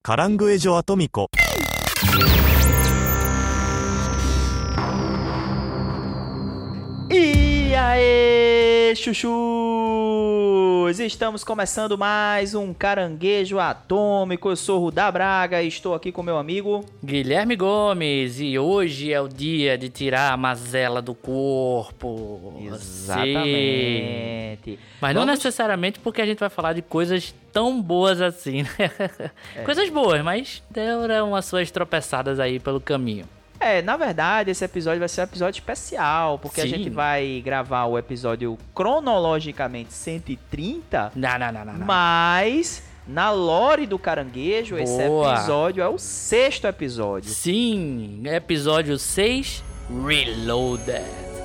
Caranguejo Atômico. E aí, chuchus! Estamos começando mais um Caranguejo Atômico. Eu sou o Rudá Braga e estou aqui com meu amigo Guilherme Gomes, e hoje é o dia de tirar a mazela do corpo. Exatamente. Sim. Mas não necessariamente porque a gente vai falar de coisas tão boas assim, né? Coisas boas, mas deram as suas tropeçadas aí pelo caminho. Na verdade, esse episódio vai ser um episódio especial, porque Sim. a gente vai gravar o episódio cronologicamente 130, Não. mas na lore do caranguejo, esse Boa. episódio é o 6º episódio. Sim, episódio 6, Reloaded.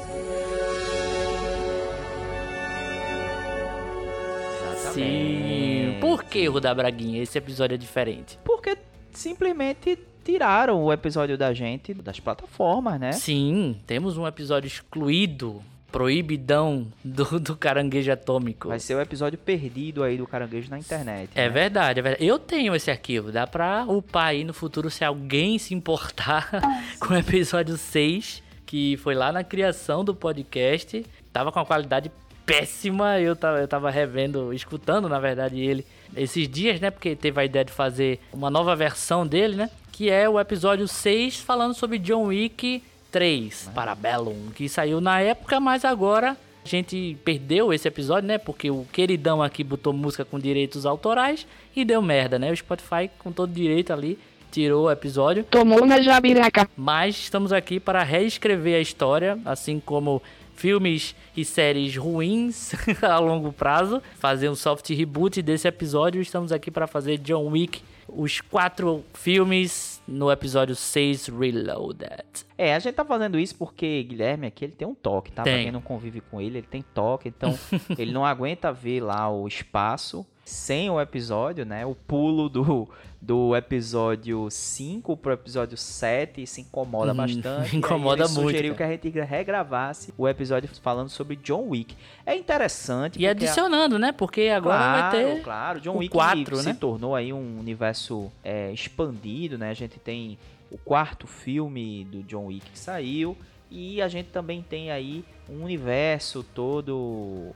Sim. Por que, Rudá Braguinha, esse episódio é diferente? Porque simplesmente tiraram o episódio da gente das plataformas, né? Sim, temos um episódio excluído, proibidão do Caranguejo Atômico. Vai ser o episódio perdido aí do caranguejo na internet. É né? verdade, é verdade. Eu tenho esse arquivo, dá pra upar aí no futuro se alguém se importar com o episódio 6, que foi lá na criação do podcast. Tava com uma qualidade péssima, eu tava revendo, escutando, na verdade, ele esses dias, né? Porque teve a ideia de fazer uma nova versão dele, né? Que é o episódio 6, falando sobre John Wick 3, Parabellum, que saiu na época, mas agora a gente perdeu esse episódio, né? Porque o queridão aqui botou música com direitos autorais e deu merda, né? O Spotify, com todo direito ali, tirou o episódio. Tomou na jabiraca. Mas estamos aqui para reescrever a história, assim como filmes e séries ruins a longo prazo. Fazer um soft reboot desse episódio. Estamos aqui para fazer John Wick, os 4 filmes no episódio 6 Reloaded. A gente tá fazendo isso porque Guilherme aqui, ele tem um toque, tá? Pra Tem. quem não convive com ele tem toque, então ele não aguenta ver lá o espaço sem o episódio, né? O pulo do episódio 5 pro episódio 7 se incomoda bastante. Incomoda e aí ele muito, sugeriu cara. que a gente regravasse o episódio falando sobre John Wick. É interessante. E adicionando, né? Porque agora vai ter Claro, John o Wick 4, se né? tornou aí um universo expandido, né? A gente tem o 4º filme do John Wick que saiu e a gente também tem aí um universo todo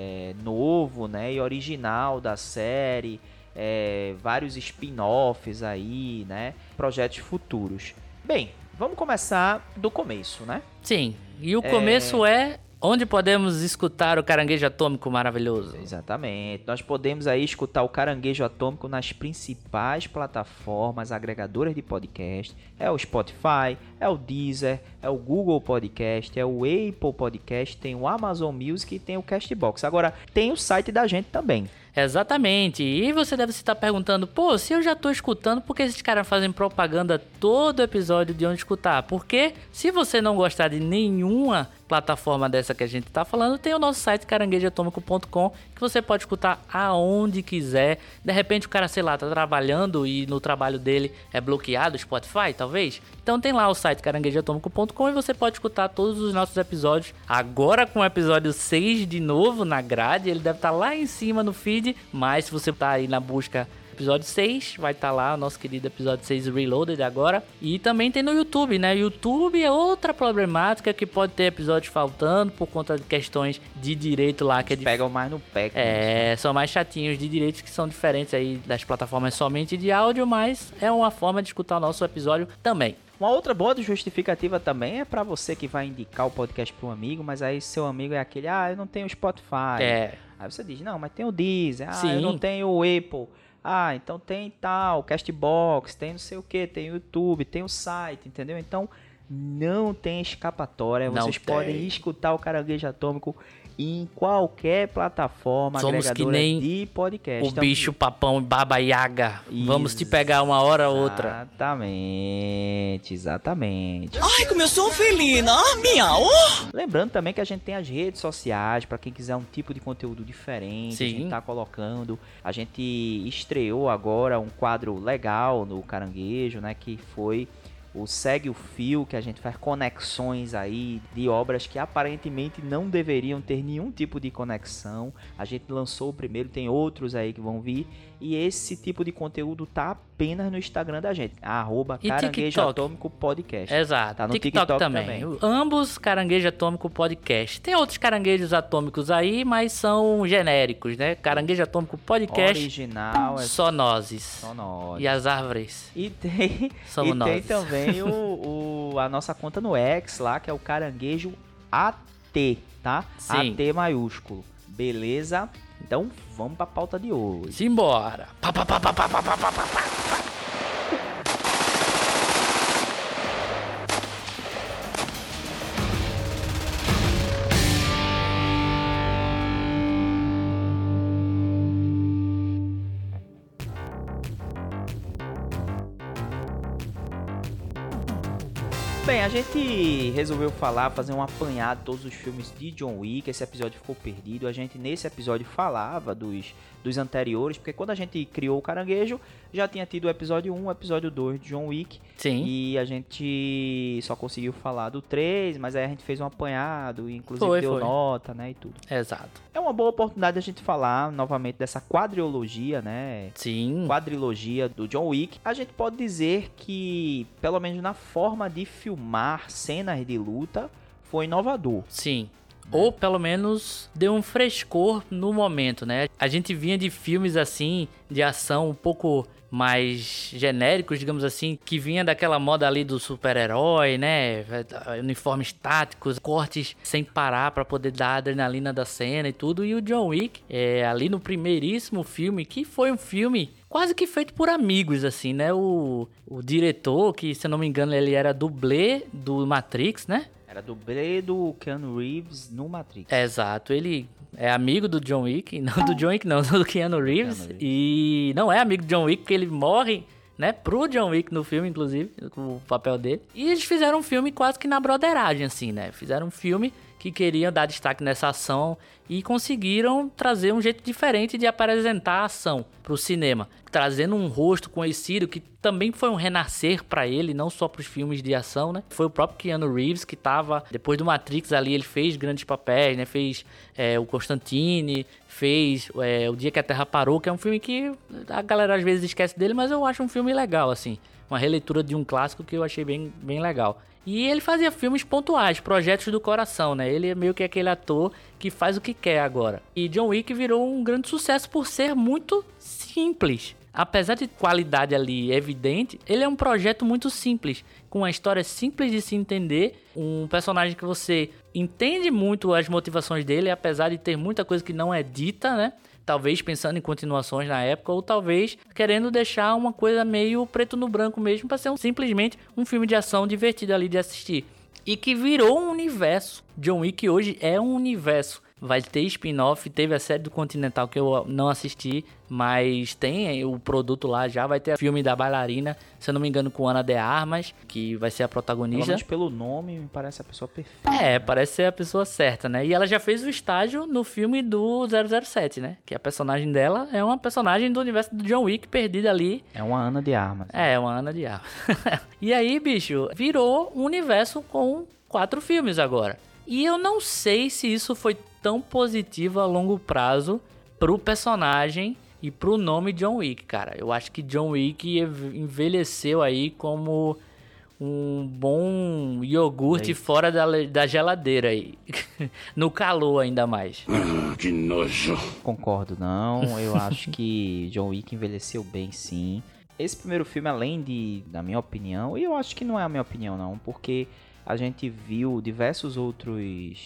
novo, né? E original da série, vários spin-offs aí, né? Projetos futuros. Bem, vamos começar do começo, né? Sim. E o começo é onde podemos escutar o Caranguejo Atômico maravilhoso. Exatamente. Nós podemos aí escutar o Caranguejo Atômico nas principais plataformas agregadoras de podcast. É o Spotify, é o Deezer, é o Google Podcast, é o Apple Podcast, tem o Amazon Music e tem o Castbox. Agora, tem o site da gente também. Exatamente. E você deve se estar perguntando, pô, se eu já tô escutando, por que esses caras fazem propaganda todo episódio de onde escutar? Porque se você não gostar de nenhuma plataforma dessa que a gente tá falando, tem o nosso site caranguejoatômico.com, que você pode escutar aonde quiser. De repente o cara, sei lá, tá trabalhando e no trabalho dele é bloqueado o Spotify, talvez. Então tem lá o site caranguejoatômico.com e você pode escutar todos os nossos episódios. Agora com o episódio 6 de novo na grade, ele deve estar lá em cima no feed, mas se você tá aí na busca episódio 6, vai estar lá o nosso querido episódio 6 Reloaded agora. E também tem no YouTube, né? YouTube é outra problemática que pode ter episódios faltando por conta de questões de direito lá, que é Pegam mais no pé. são mais chatinhos de direitos, que são diferentes aí das plataformas somente de áudio, mas é uma forma de escutar o nosso episódio também. Uma outra boa justificativa também é pra você que vai indicar o podcast para um amigo, mas aí seu amigo é aquele, eu não tenho Spotify. Aí você diz, não, mas tem o Deezer, eu Sim. não tenho o Apple. Então tem tal, Castbox, tem não sei o que, tem o YouTube, tem o site, entendeu? Então não tem escapatória, Não vocês tem. podem escutar o Caranguejo Atômico em qualquer plataforma Somos agregadora que nem de podcast. O bicho papão Baba Yaga. Vamos te pegar uma hora ou outra. Exatamente. Ai, como eu sou felina! Miau! Lembrando também que a gente tem as redes sociais para quem quiser um tipo de conteúdo diferente. Sim. A gente tá colocando. A gente estreou agora um quadro legal no Caranguejo, né? Que foi o Segue o Fio, que a gente faz conexões aí de obras que aparentemente não deveriam ter nenhum tipo de conexão. A gente lançou o primeiro, tem outros aí que vão vir. E esse tipo de conteúdo tá apenas no Instagram da gente, @Caranguejo Atômico Podcast. Exato. Tá no TikTok também. Ambos Caranguejo Atômico Podcast. Tem outros caranguejos atômicos aí, mas são genéricos, né? Caranguejo Atômico Podcast. Original. Só nozes. E as árvores. E tem, tem também a nossa conta no X lá, que é o Caranguejo AT, tá? Sim. AT maiúsculo. Beleza? Então vamos pra pauta de hoje. Simbora. Bem, a gente resolveu fazer um apanhado de todos os filmes de John Wick. Esse episódio ficou perdido. A gente, nesse episódio, falava dos anteriores, porque quando a gente criou o Caranguejo, já tinha tido o episódio 1, o episódio 2 de John Wick. Sim. E a gente só conseguiu falar do 3, mas aí a gente fez um apanhado, inclusive deu nota, né, e tudo. Exato. É uma boa oportunidade a gente falar novamente dessa quadrilogia, né? Sim. Quadrilogia do John Wick. A gente pode dizer que, pelo menos na forma de filmar cenas de luta, foi inovador. Sim. Ou pelo menos deu um frescor no momento, né? A gente vinha de filmes assim, de ação um pouco mais genéricos, digamos assim, que vinha daquela moda ali do super-herói, né? Uniformes táticos, cortes sem parar pra poder dar a adrenalina da cena e tudo. E o John Wick, ali no primeiríssimo filme, que foi um filme quase que feito por amigos, assim, né? O diretor, que se eu não me engano ele era dublê do Matrix, né? Era dublê do Keanu Reeves no Matrix. Exato, ele é amigo do John Wick, não do John Wick não, do Keanu Reeves. E não é amigo do John Wick porque ele morre, né, pro John Wick no filme, inclusive, com o papel dele. E eles fizeram um filme quase que na broderagem, assim, né? Fizeram um filme que queriam dar destaque nessa ação e conseguiram trazer um jeito diferente de apresentar a ação pro cinema, trazendo um rosto conhecido que também foi um renascer para ele, não só pros filmes de ação, né? Foi o próprio Keanu Reeves que tava, depois do Matrix ali, ele fez grandes papéis, né? Fez o Constantine, fez O Dia que a Terra Parou, que é um filme que a galera às vezes esquece dele, mas eu acho um filme legal, assim. Uma releitura de um clássico que eu achei bem, bem legal. E ele fazia filmes pontuais, projetos do coração, né? Ele é meio que aquele ator que faz o que quer agora. E John Wick virou um grande sucesso por ser muito simples. Apesar de qualidade ali evidente, ele é um projeto muito simples, com uma história simples de se entender, um personagem que você entende muito as motivações dele, apesar de ter muita coisa que não é dita, né? Talvez pensando em continuações na época, ou talvez querendo deixar uma coisa meio preto no branco mesmo, para ser simplesmente um filme de ação divertido ali de assistir. E que virou um universo. John Wick hoje é um universo. Vai ter spin-off, teve a série do Continental que eu não assisti, mas tem o produto lá já, vai ter o filme da bailarina, se eu não me engano com Ana de Armas, que vai ser a protagonista. Pelo menos pelo nome, me parece a pessoa perfeita. Parece ser a pessoa certa, né? E ela já fez o estágio no filme do 007, né? Que a personagem dela é uma personagem do universo do John Wick, perdida ali. É uma Ana de Armas. É uma Ana de Armas. E aí, bicho, virou um universo com 4 filmes agora. E eu não sei se isso foi tão positivo a longo prazo pro personagem e pro nome John Wick, cara. Eu acho que John Wick envelheceu aí como um bom iogurte fora da geladeira aí. No calor ainda mais. Que nojo. Concordo, não. Eu acho que John Wick envelheceu bem, sim. Esse primeiro filme, da minha opinião, e eu acho que não é a minha opinião, não, porque a gente viu diversos outros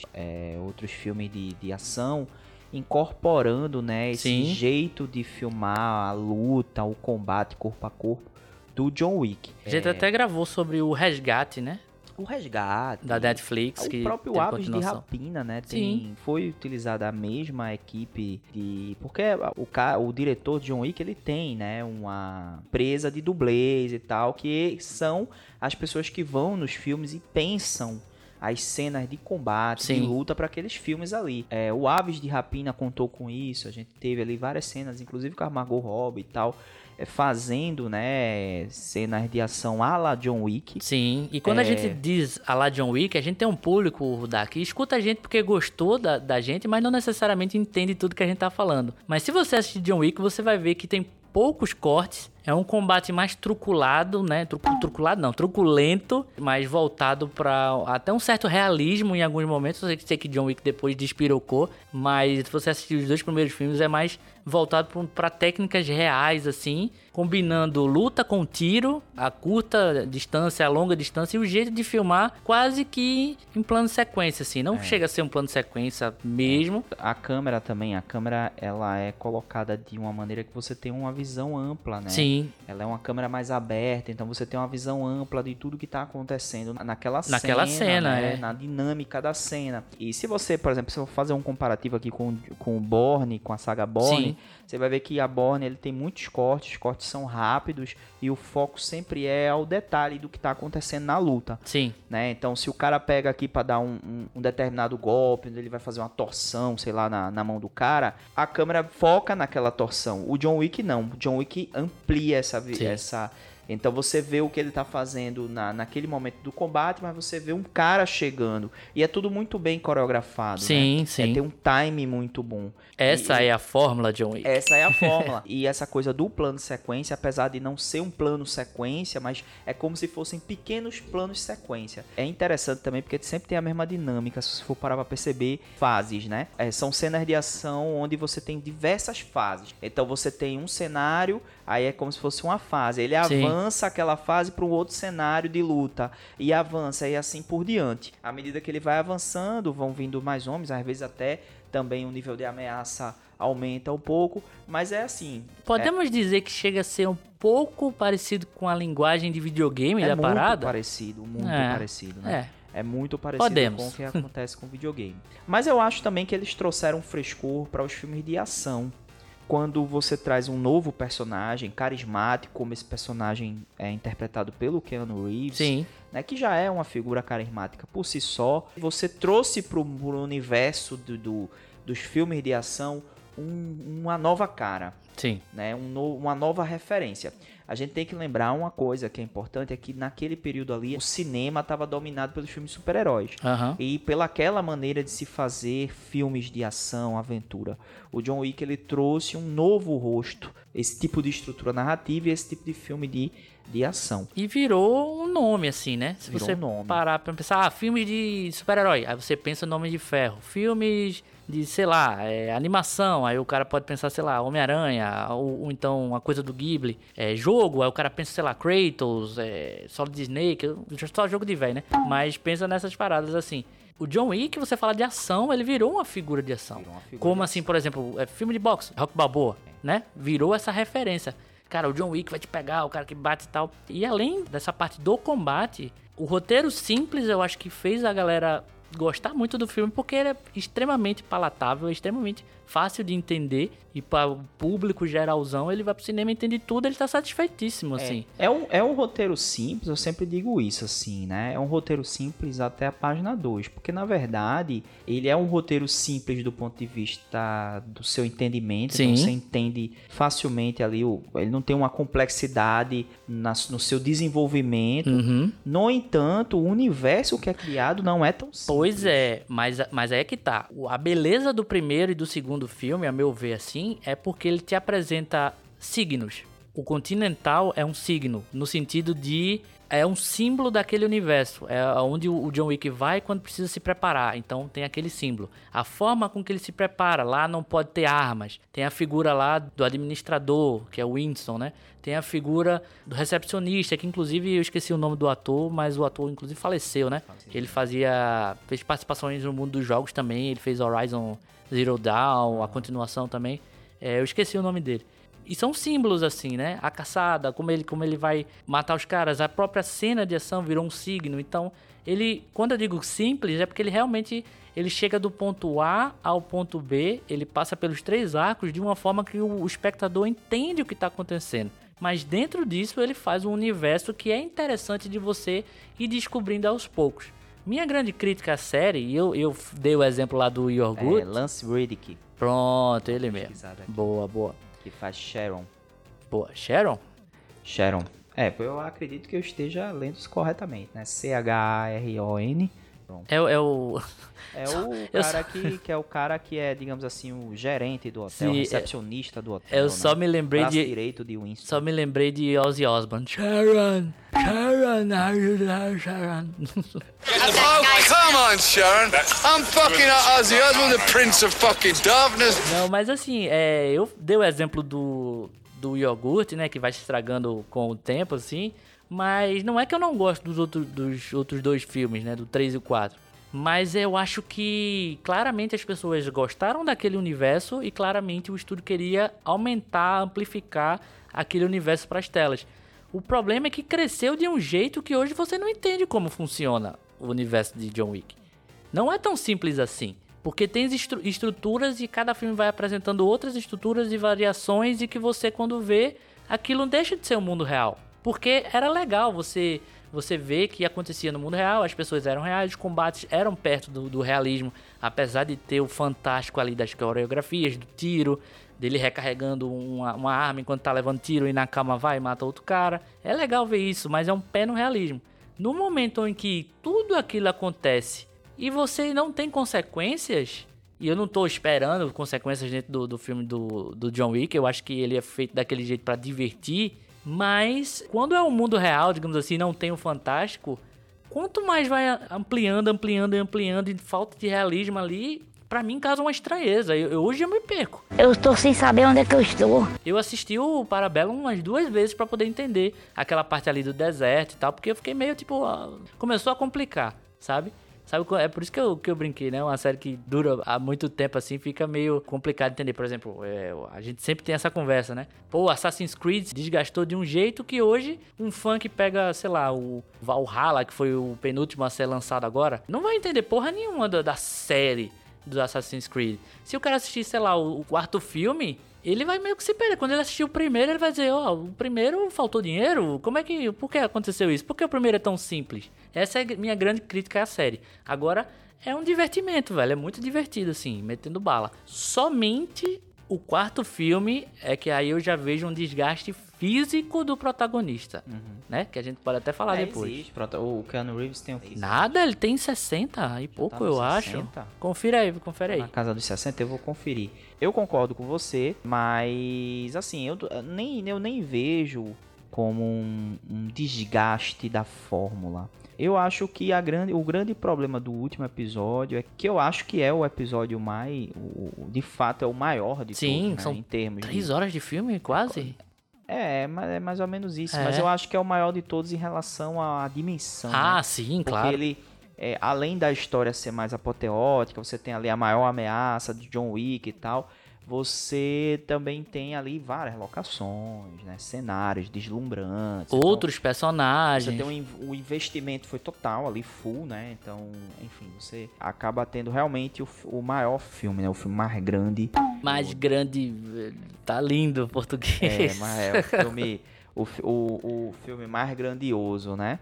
filmes de ação incorporando, né, esse jeito de filmar a luta, o combate corpo a corpo do John Wick. A gente até gravou sobre o Resgate, né? O Resgate. Da Netflix. O próprio Aves de Rapina, né? Foi utilizada a mesma equipe porque o diretor de John Wick, ele tem, né, uma empresa de dublês e tal, que são as pessoas que vão nos filmes e pensam as cenas de combate, de luta para aqueles filmes ali. O Aves de Rapina contou com isso, a gente teve ali várias cenas, inclusive com a Margot Robbie e tal. fazendo, né, cenas de ação à la John Wick. Sim, e quando a gente diz a la John Wick, a gente tem um público daqui, escuta a gente porque gostou da gente, mas não necessariamente entende tudo que a gente tá falando. Mas se você assistir John Wick, você vai ver que tem poucos cortes, é um combate mais truculado, né? Truculado não, truculento, mas voltado para até um certo realismo em alguns momentos. Eu sei que John Wick depois despirocou, mas se você assistir os 2 primeiros filmes, é mais voltado para técnicas reais, assim, combinando luta com tiro, a curta distância, a longa distância, e o jeito de filmar quase que em plano sequência, assim. Não chega a ser um plano sequência mesmo. A câmera também, ela é colocada de uma maneira que você tem uma visão ampla, né? Sim. Ela é uma câmera mais aberta, então você tem uma visão ampla de tudo que está acontecendo naquela cena, né? Na dinâmica da cena. E se você, por exemplo, se eu for fazer um comparativo aqui com o Bourne, com a saga Bourne, você vai ver que a Bourne ele tem muitos cortes, os cortes são rápidos e o foco sempre é ao detalhe do que está acontecendo na luta. Sim. Né? Então, se o cara pega aqui para dar um determinado golpe, ele vai fazer uma torção, sei lá, na mão do cara, a câmera foca naquela torção. O John Wick não. O John Wick amplia essa. Então você vê o que ele tá fazendo naquele momento do combate, mas você vê um cara chegando. E é tudo muito bem coreografado, sim, né? Sim. Tem um time muito bom. Essa é a fórmula, John Wick. Essa é a fórmula. E essa coisa do plano sequência, apesar de não ser um plano sequência, mas é como se fossem pequenos planos sequência. É interessante também porque sempre tem a mesma dinâmica, se você for parar pra perceber, fases, né? São cenas de ação onde você tem diversas fases. Então você tem um cenário, aí é como se fosse uma fase. Ele avança aquela fase para um outro cenário de luta. E avança e assim por diante. À medida que ele vai avançando, vão vindo mais homens, às vezes até também o nível de ameaça aumenta um pouco, mas é assim. Podemos dizer que chega a ser um pouco parecido com a linguagem de videogame da parada? Muito parecido, né? É muito parecido Podemos. Com o que acontece com videogame. Mas eu acho também que eles trouxeram frescor para os filmes de ação. Quando você traz um novo personagem carismático, como esse personagem é interpretado pelo Keanu Reeves, né, que já é uma figura carismática por si só, você trouxe para o universo dos filmes de ação uma nova cara, né, uma nova referência. A gente tem que lembrar uma coisa que é importante, é que naquele período ali o cinema estava dominado pelos filmes super-heróis. E pelaquela maneira de se fazer filmes de ação, aventura. O John Wick ele trouxe um novo rosto, esse tipo de estrutura narrativa e esse tipo de filme de ação. E virou um nome assim, né? Se virou você parar pra pensar, filmes de super-herói, aí você pensa no Homem de Ferro. Filmes de, sei lá, animação, aí o cara pode pensar, sei lá, Homem-Aranha, ou então uma coisa do Ghibli. Jogo, aí o cara pensa, sei lá, Kratos, Solid Snake, só jogo de velho, né? Mas pensa nessas paradas assim. O John Wick, você fala de ação, ele virou uma figura de ação. Como assim, por exemplo, filme de boxe, Rock Balboa, né? Virou essa referência. Cara, o John Wick vai te pegar, o cara que bate e tal. E além dessa parte do combate, o roteiro simples eu acho que fez a galera gostar muito do filme, porque ele é extremamente palatável, extremamente fácil de entender, e para o público geralzão, ele vai pro cinema, entende tudo, ele tá satisfeitíssimo, assim. É um roteiro simples, eu sempre digo isso, assim, né? É um roteiro simples até a página 2, porque na verdade, ele é um roteiro simples do ponto de vista do seu entendimento, então você entende facilmente ali, ele não tem uma complexidade no seu desenvolvimento. No entanto, o universo que é criado não é tão simples. Pois é, mas aí é que tá. A beleza do primeiro e do segundo filme, a meu ver assim, é porque ele te apresenta signos. O Continental é um signo, no sentido de... é um símbolo daquele universo. É onde o John Wick vai quando precisa se preparar. Então tem aquele símbolo. A forma com que ele se prepara, lá não pode ter armas. Tem a figura lá do administrador, que é o Winston, né? Tem a figura do recepcionista, que inclusive eu esqueci o nome do ator, mas o ator inclusive faleceu, né? Ele fez participações no mundo dos jogos também. Ele fez Horizon Zero Dawn, a continuação também. Eu esqueci o nome dele. E são símbolos assim, né? A caçada, como ele vai matar os caras. A própria cena de ação virou um signo. Então, quando eu digo simples, é porque ele realmente chega do ponto A ao ponto B. Ele passa pelos 3 arcos de uma forma que o espectador entende o que está acontecendo. Mas dentro disso, ele faz um universo que é interessante de você ir descobrindo aos poucos. Minha grande crítica à série, e eu dei o exemplo lá do Your Good. Lance Reddick. Pronto, ele mesmo. Boa. Que faz Sharon. Pô, Sharon? Sharon. Eu acredito que eu esteja lendo isso corretamente, né? Charon. É o... É o cara que é o cara que é, digamos assim, o gerente do hotel, o recepcionista do hotel. Eu só me lembrei braço direito de Winston. Só me lembrei de Ozzy Osbourne. Sharon, are you there, Sharon? Oh, come on, Sharon. I'm fucking Ozzy Osbourne, the Prince of fucking Darkness. Não, mas assim, eu dei o exemplo do iogurte, né, que vai se estragando com o tempo, assim. Mas não é que eu não gosto dos outros dois filmes, né, do 3 e o 4. Mas eu acho que claramente as pessoas gostaram daquele universo e claramente o estúdio queria aumentar, amplificar aquele universo para as telas. O problema é que cresceu de um jeito que hoje você não entende como funciona o universo de John Wick. Não é tão simples assim, porque tem estruturas e cada filme vai apresentando outras estruturas e variações e que você, quando vê, aquilo deixa de ser um mundo real. Porque era legal você vê que acontecia no mundo real, as pessoas eram reais, os combates eram perto do realismo, apesar de ter o fantástico ali das coreografias, do tiro, dele recarregando uma arma enquanto tá levando tiro e na calma vai e mata outro cara. É legal ver isso, mas é um pé no realismo. No momento em que tudo aquilo acontece e você não tem consequências, e eu não tô esperando consequências dentro do filme do John Wick, eu acho que ele é feito daquele jeito pra divertir. Mas quando é um mundo real, digamos assim, não tem o fantástico, quanto mais vai ampliando e falta de realismo ali, pra mim causa uma estranheza. Hoje eu me perco. Eu estou sem saber onde é que eu estou. Eu assisti o Parabellum umas 2 vezes pra poder entender aquela parte ali do deserto e tal, porque eu fiquei meio tipo... começou a complicar, sabe? É por isso que eu brinquei, né? Uma série que dura há muito tempo assim, fica meio complicado de entender. Por exemplo, a gente sempre tem essa conversa, né? Pô, Assassin's Creed desgastou de um jeito que hoje um fã que pega, sei lá, o Valhalla, que foi o penúltimo a ser lançado agora, não vai entender porra nenhuma da série do Assassin's Creed. Se o cara assistir, sei lá, o 4º filme... ele vai meio que se perder. Quando ele assistir o primeiro, ele vai dizer, o primeiro faltou dinheiro? Por que aconteceu isso? Por que o primeiro é tão simples? Essa é a minha grande crítica à série. Agora, é um divertimento, velho. É muito divertido, assim, metendo bala. Somente o 4º filme é que aí eu já vejo um desgaste físico do protagonista, né? Que a gente pode até falar depois. Existe. O Keanu Reeves tem o quê? Nada, ele tem 60 e pouco, eu 60? acho. Confere aí. Na casa dos 60 eu vou conferir. Eu concordo com você, mas assim, eu nem vejo como um desgaste da fórmula. Eu acho que o grande problema do último episódio é que eu acho que é o episódio de fato é o maior de todos, né? São em termos 3 horas de filme, quase. É mais ou menos isso. Mas eu acho que é o maior de todos em relação à dimensão. Né? Sim, porque claro. Ele, além da história ser mais apoteótica, você tem ali a maior ameaça de John Wick e tal. Você também tem ali várias locações, né? Cenários deslumbrantes. Outros então, personagens. Você tem o investimento foi total ali, full, né? Então, enfim, você acaba tendo realmente o maior filme, né? O filme mais grande. Mais grande, tá lindo o português. Mas é o filme, o filme mais grandioso, né?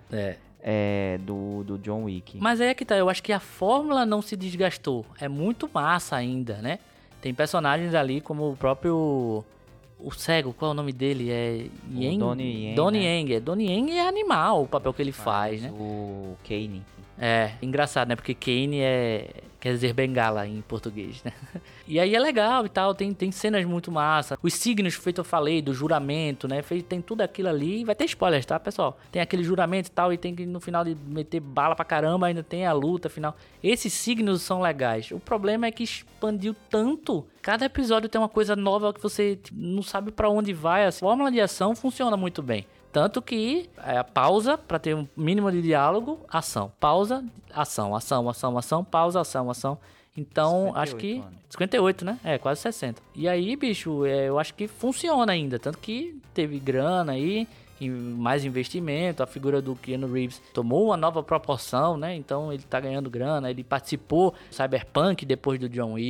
Do John Wick. Mas aí é que tá, eu acho que a fórmula não se desgastou. É muito massa ainda, né? Tem personagens ali como o próprio... O cego, qual é o nome dele? É Yang? Donnie Yang. Né? Donnie Yang é animal o papel que ele faz, né? O Kane. Engraçado, né? Porque Kane quer dizer bengala em português, né? E aí é legal e tal, tem cenas muito massa. Os signos, feito eu falei, do juramento, né? Tem tudo aquilo ali. Vai ter spoilers, tá, pessoal? Tem aquele juramento e tal, e tem que no final de meter bala pra caramba, ainda tem a luta final. Esses signos são legais. O problema é que expandiu tanto. Cada episódio tem uma coisa nova que você não sabe pra onde vai. A fórmula de ação funciona muito bem. Tanto que a pausa, para ter um mínimo de diálogo, ação. Pausa, ação, pausa, ação. Então, acho que... 58, né? Quase 60. E aí, bicho, eu acho que funciona ainda. Tanto que teve grana aí, e mais investimento. A figura do Keanu Reeves tomou uma nova proporção, né? Então, ele tá ganhando grana. Ele participou do Cyberpunk depois do John Wick.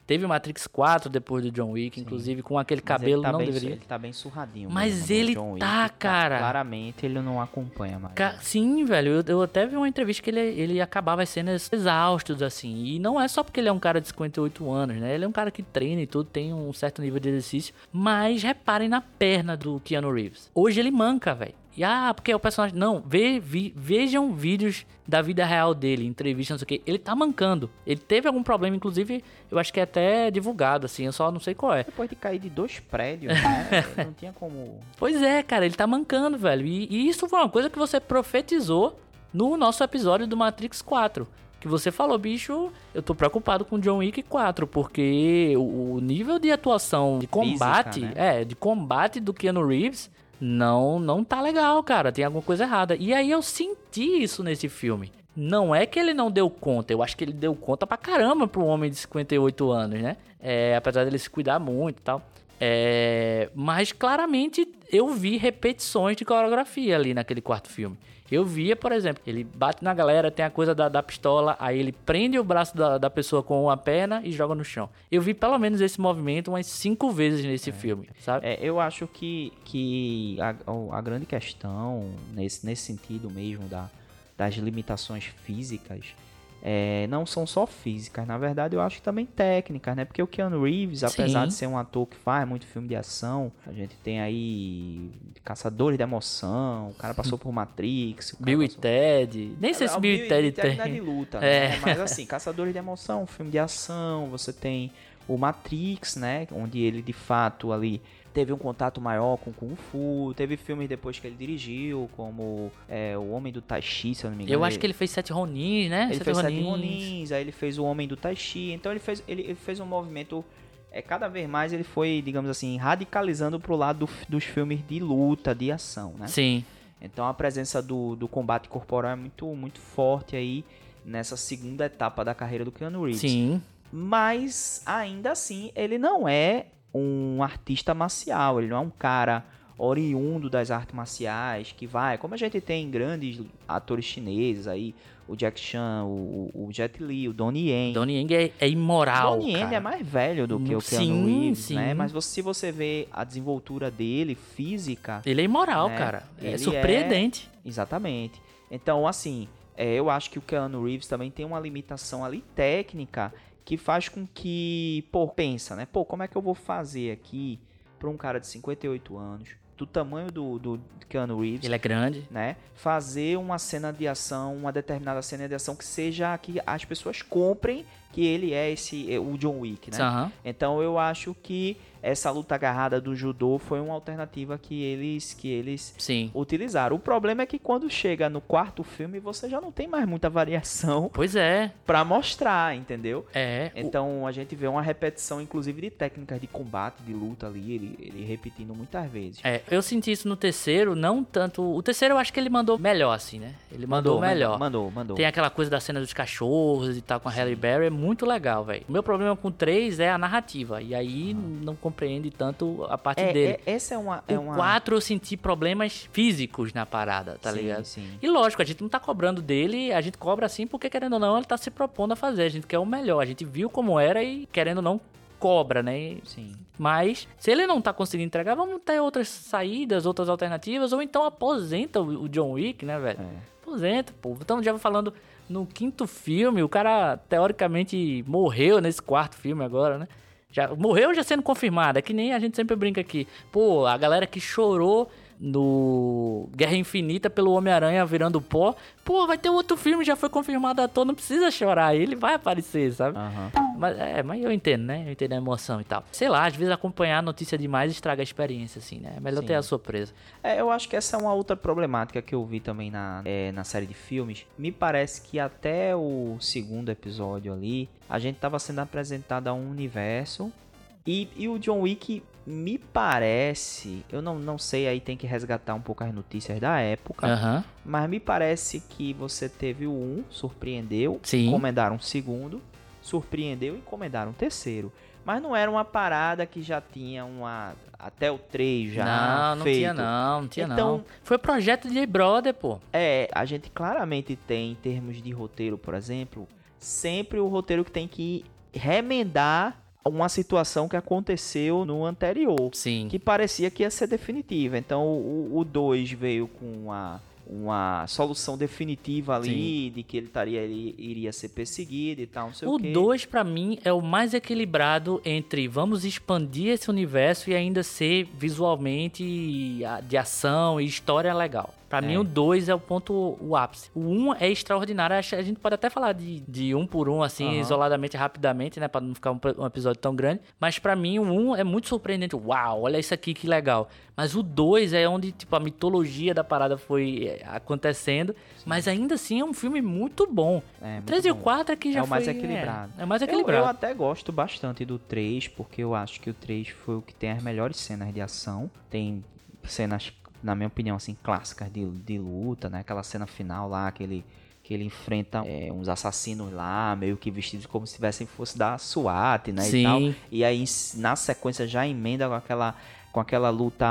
Teve Matrix 4 depois do John Wick, inclusive com aquele cabelo, não deveria. Ele tá bem surradinho. Mas mesmo, ele John Wick, tá, cara. Claramente ele não acompanha mais. Sim, velho, eu até vi uma entrevista que ele acabava as cenas exaustos, assim. E não é só porque ele é um cara de 58 anos, né? Ele é um cara que treina e tudo, tem um certo nível de exercício. Mas reparem na perna do Keanu Reeves. Hoje ele manca, velho. E porque o personagem... Não, vejam vídeos da vida real dele, entrevista, não sei o que. Ele tá mancando. Ele teve algum problema, inclusive, eu acho que é até divulgado, assim, eu só não sei qual é. Depois de cair de 2 prédios, né? Não tinha como... Pois é, cara, ele tá mancando, velho. E isso foi uma coisa que você profetizou no nosso episódio do Matrix 4. Que você falou, bicho, eu tô preocupado com John Wick 4, porque o nível de atuação, de combate, física, né? de combate do Keanu Reeves... Não tá legal, cara. Tem alguma coisa errada. E aí eu senti isso nesse filme. Não é que ele não deu conta. Eu acho que ele deu conta pra caramba pro homem de 58 anos, né? Apesar dele se cuidar muito e tal. Mas claramente eu vi repetições de coreografia ali naquele quarto filme. Eu via, por exemplo, ele bate na galera, tem a coisa da pistola, aí ele prende o braço da pessoa com uma perna e joga no chão. Eu vi pelo menos esse movimento umas 5 vezes nesse filme, sabe? Eu acho que a grande questão, nesse sentido mesmo, das limitações físicas, não são só físicas, na verdade eu acho que também técnicas, né? Porque o Keanu Reeves, apesar de ser um ator que faz muito filme de ação, a gente tem aí Caçadores de Emoção, o cara passou por Matrix, Bill e Ted, nem sei se Bill e Ted tem. Não é de luta, né? Mas assim, Caçadores de Emoção, filme de ação, você tem o Matrix, né? Onde ele de fato ali teve um contato maior com Kung Fu. Teve filmes depois que ele dirigiu, como O Homem do Tai Chi, se eu não me engano. Eu acho que ele fez 7 Ronins, né? Ele fez 7 Ronins, aí ele fez O Homem do Tai Chi. Então ele fez um movimento... cada vez mais ele foi, digamos assim, radicalizando pro lado dos filmes de luta, de ação, né? Sim. Então a presença do combate corporal é muito, muito forte aí nessa segunda etapa da carreira do Keanu Reeves. Sim. Mas, ainda assim, ele não é um artista marcial, ele não é um cara oriundo das artes marciais que vai, como a gente tem grandes atores chineses aí, o Jack Chan, o Jet Li, o Donnie Yen. Donnie Yen é imoral, Donnie Yen é mais velho do que o Keanu Reeves, né? Mas se você vê a desenvoltura dele, física... Ele é imoral, né? cara. É surpreendente. Exatamente. Então, assim, eu acho que o Keanu Reeves também tem uma limitação ali técnica que faz com que, pensa, né? Como é que eu vou fazer aqui para um cara de 58 anos, do tamanho do Keanu Reeves... Ele é grande. Né? Fazer uma cena de ação, uma determinada cena de ação que seja que as pessoas comprem que ele é o John Wick, né? Uhum. Então eu acho que essa luta agarrada do judô foi uma alternativa que eles Sim. utilizaram. O problema é que quando chega no quarto filme, você já não tem mais muita variação. Pois é. Pra mostrar, entendeu? É. Então a gente vê uma repetição, inclusive, de técnicas de combate, de luta ali, ele repetindo muitas vezes. Eu senti isso no terceiro, não tanto... O terceiro eu acho que ele mandou melhor, assim, né? Ele mandou melhor. Mandou. Tem aquela coisa da cena dos cachorros e tal, com a Halle Berry, é muito legal, velho. O meu problema com o 3 é a narrativa, e aí não compreende tanto a parte dele. Essa é uma... O 4 eu senti problemas físicos na parada, tá ligado? Sim. E lógico, a gente não tá cobrando dele, a gente cobra assim porque, querendo ou não, ele tá se propondo a fazer. A gente quer o melhor, a gente viu como era e, querendo ou não, cobra, né? Sim. Mas, se ele não tá conseguindo entregar, vamos ter outras saídas, outras alternativas, ou então aposenta o John Wick, né, velho? Aposenta, pô. Então, já falando no quinto filme, o cara, teoricamente, morreu nesse quarto filme agora, né? Morreu já sendo confirmado, é que nem a gente sempre brinca aqui. Pô, a galera que chorou no Guerra Infinita pelo Homem-Aranha virando pó, pô, vai ter outro filme, já foi confirmado ator, não precisa chorar, ele vai aparecer, sabe? Mas eu entendo, né? Eu entendo a emoção e tal. Sei lá, às vezes acompanhar a notícia demais estraga a experiência, assim, né? É melhor ter a surpresa. Eu acho que essa é uma outra problemática que eu vi também na série de filmes. Me parece que até o segundo episódio ali, a gente tava sendo apresentado a um universo e o John Wick... Me parece, eu não sei, aí tem que resgatar um pouco as notícias da época, mas me parece que você teve o 1, surpreendeu, encomendaram um segundo, surpreendeu e encomendaram um terceiro. Mas não era uma parada que já tinha até o 3 já feito. Não tinha não. Foi projeto de brother, pô. A gente claramente tem, em termos de roteiro, por exemplo, sempre o roteiro que tem que remendar uma situação que aconteceu no anterior, Sim. que parecia que ia ser definitiva. Então o 2 veio com uma solução definitiva ali, de que ele iria ser perseguido e tal, não sei o quê. O 2, pra mim, é o mais equilibrado entre vamos expandir esse universo e ainda ser visualmente de ação e história legal. Pra mim, o 2 é o ápice. O 1 é extraordinário. A gente pode até falar de um por um, assim, isoladamente, rapidamente, né? Pra não ficar um episódio tão grande. Mas pra mim, o 1 é muito surpreendente. Uau, olha isso aqui, que legal. Mas o 2 é onde, tipo, a mitologia da parada foi acontecendo. Sim. Mas ainda assim, é um filme muito bom. O 3 e o 4 é que já foi... É o mais equilibrado. É o mais equilibrado. Eu até gosto bastante do 3, porque eu acho que o 3 foi o que tem as melhores cenas de ação. Tem cenas, na minha opinião, assim, clássicas de luta, né? Aquela cena final lá, que ele enfrenta uns assassinos lá, meio que vestidos como se fosse da SWAT, né? Sim. E tal. E aí, na sequência, já emenda com aquela luta,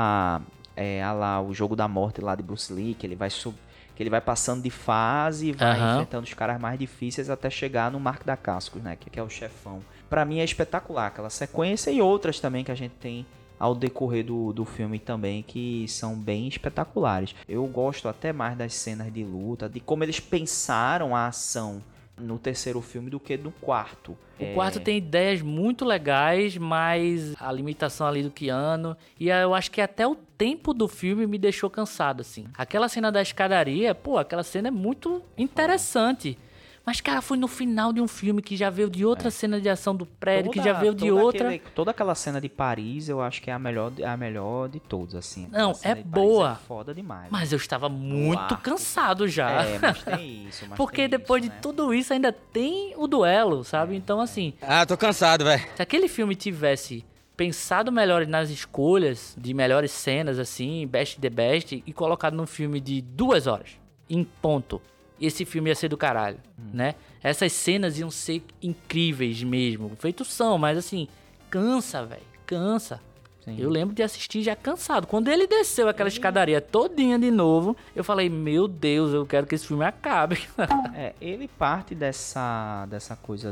lá, o jogo da morte lá de Bruce Lee, que ele vai passando de fase e vai enfrentando os caras mais difíceis até chegar no Mark da Cascos, né? Que é o chefão. Pra mim é espetacular aquela sequência e outras também que a gente tem ao decorrer do filme também, que são bem espetaculares. Eu gosto até mais das cenas de luta, de como eles pensaram a ação no terceiro filme do que no quarto. O quarto tem ideias muito legais, mas a limitação ali do Keanu, e eu acho que até o tempo do filme me deixou cansado, assim. Aquela cena da escadaria, aquela cena é muito interessante. Mas, cara, foi no final de um filme que já veio de outra cena de ação do prédio, que já veio de outra... Toda aquela cena de Paris, eu acho que é a melhor de todos, assim. Não, é boa. É foda demais. Mas eu estava muito cansado já. Mas tem isso. Porque depois de tudo isso ainda tem o duelo, sabe? Então, assim... tô cansado, velho. Se aquele filme tivesse pensado melhor nas escolhas de melhores cenas, assim, best the best, e colocado num filme de 2 horas, em ponto... esse filme ia ser do caralho, né? Essas cenas iam ser incríveis mesmo. Feitos são, mas assim, cansa, velho. Cansa. Sim. Eu lembro de assistir já cansado. Quando ele desceu aquela escadaria todinha de novo, eu falei, meu Deus, eu quero que esse filme acabe. Ele parte dessa coisa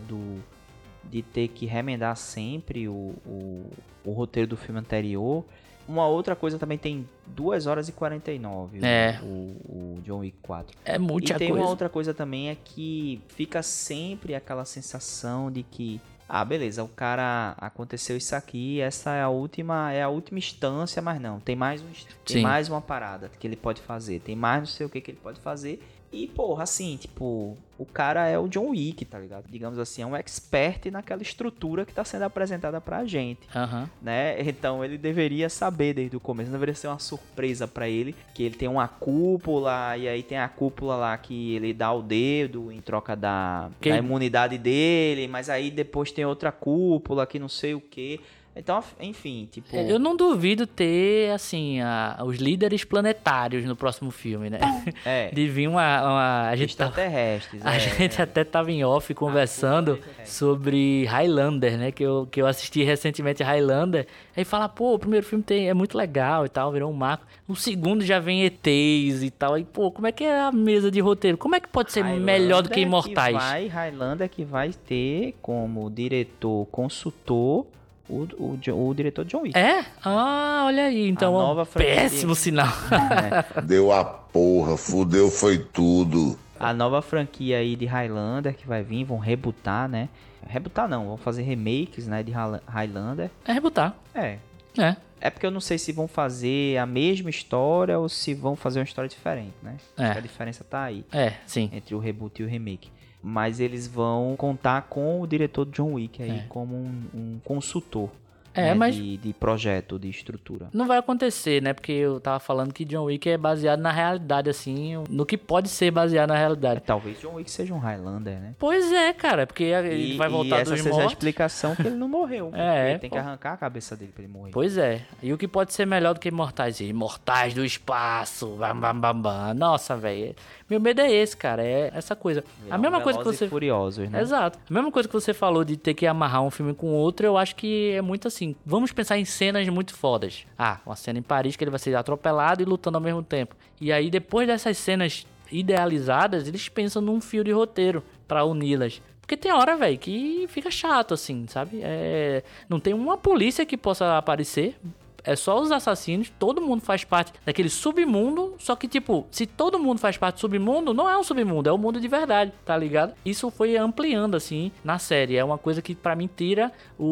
de ter que remendar sempre o roteiro do filme anterior. Uma outra coisa também tem 2 horas e 49, o John Wick 4. É muita coisa. E tem uma outra coisa também, é que fica sempre aquela sensação de que, beleza, o cara, aconteceu isso aqui, essa é a última instância, mas não, tem mais uma parada que ele pode fazer, tem mais não sei o que ele pode fazer. E, porra, assim, tipo, o cara é o John Wick, tá ligado? Digamos assim, é um expert naquela estrutura que tá sendo apresentada pra gente, né? Então ele deveria saber desde o começo, não deveria ser uma surpresa pra ele, que ele tem uma cúpula, e aí tem a cúpula lá que ele dá o dedo em troca da imunidade dele, mas aí depois tem outra cúpula que não sei o que. Então, enfim, tipo... Eu não duvido ter, assim, os líderes planetários no próximo filme, né? De vir a gente extraterrestres. A gente até tava em off conversando sobre Highlander, né? Que eu assisti recentemente Highlander. Aí fala, o primeiro filme é muito legal e tal, virou um marco. O segundo já vem ETs e tal. Aí, como é que é a mesa de roteiro? Como é que pode ser melhor do que Imortais? Highlander que vai ter como diretor consultor o diretor John Wick. Olha aí, então péssimo sinal. Deu a porra, fudeu, foi tudo. A nova franquia aí de Highlander que vai vir, vão rebootar, né? Rebootar não, vão fazer remakes, né, de Highlander. Rebootar. É porque eu não sei se vão fazer a mesma história ou se vão fazer uma história diferente, né? Acho que a diferença tá aí. Sim. Entre o reboot e o remake. Mas eles vão contar com o diretor John Wick aí como um consultor, né, mas de projeto, de estrutura. Não vai acontecer, né? Porque eu tava falando que John Wick é baseado na realidade, assim, no que pode ser baseado na realidade. Talvez John Wick seja um Highlander, né? Pois é, cara, porque ele vai voltar dos mortos. E essa seja a explicação que ele não morreu. Ele tem que arrancar a cabeça dele pra ele morrer. Pois é. E o que pode ser melhor do que Imortais? Imortais do espaço, bam, bam, bam, bam. Nossa, velho. Meu medo é esse, cara, é essa coisa. A mesma coisa que você... Furiosos, né? Exato. A mesma coisa que você falou de ter que amarrar um filme com outro, eu acho que é muito assim. Vamos pensar em cenas muito fodas. Uma cena em Paris que ele vai ser atropelado e lutando ao mesmo tempo. E aí, depois dessas cenas idealizadas, eles pensam num fio de roteiro pra uni-las. Porque tem hora, velho, que fica chato, assim, sabe? Não tem uma polícia que possa aparecer. É só os assassinos, todo mundo faz parte daquele submundo, só que, tipo, se todo mundo faz parte do submundo, não é um submundo, é um mundo de verdade, tá ligado? Isso foi ampliando, assim, na série. É uma coisa que, pra mim, tira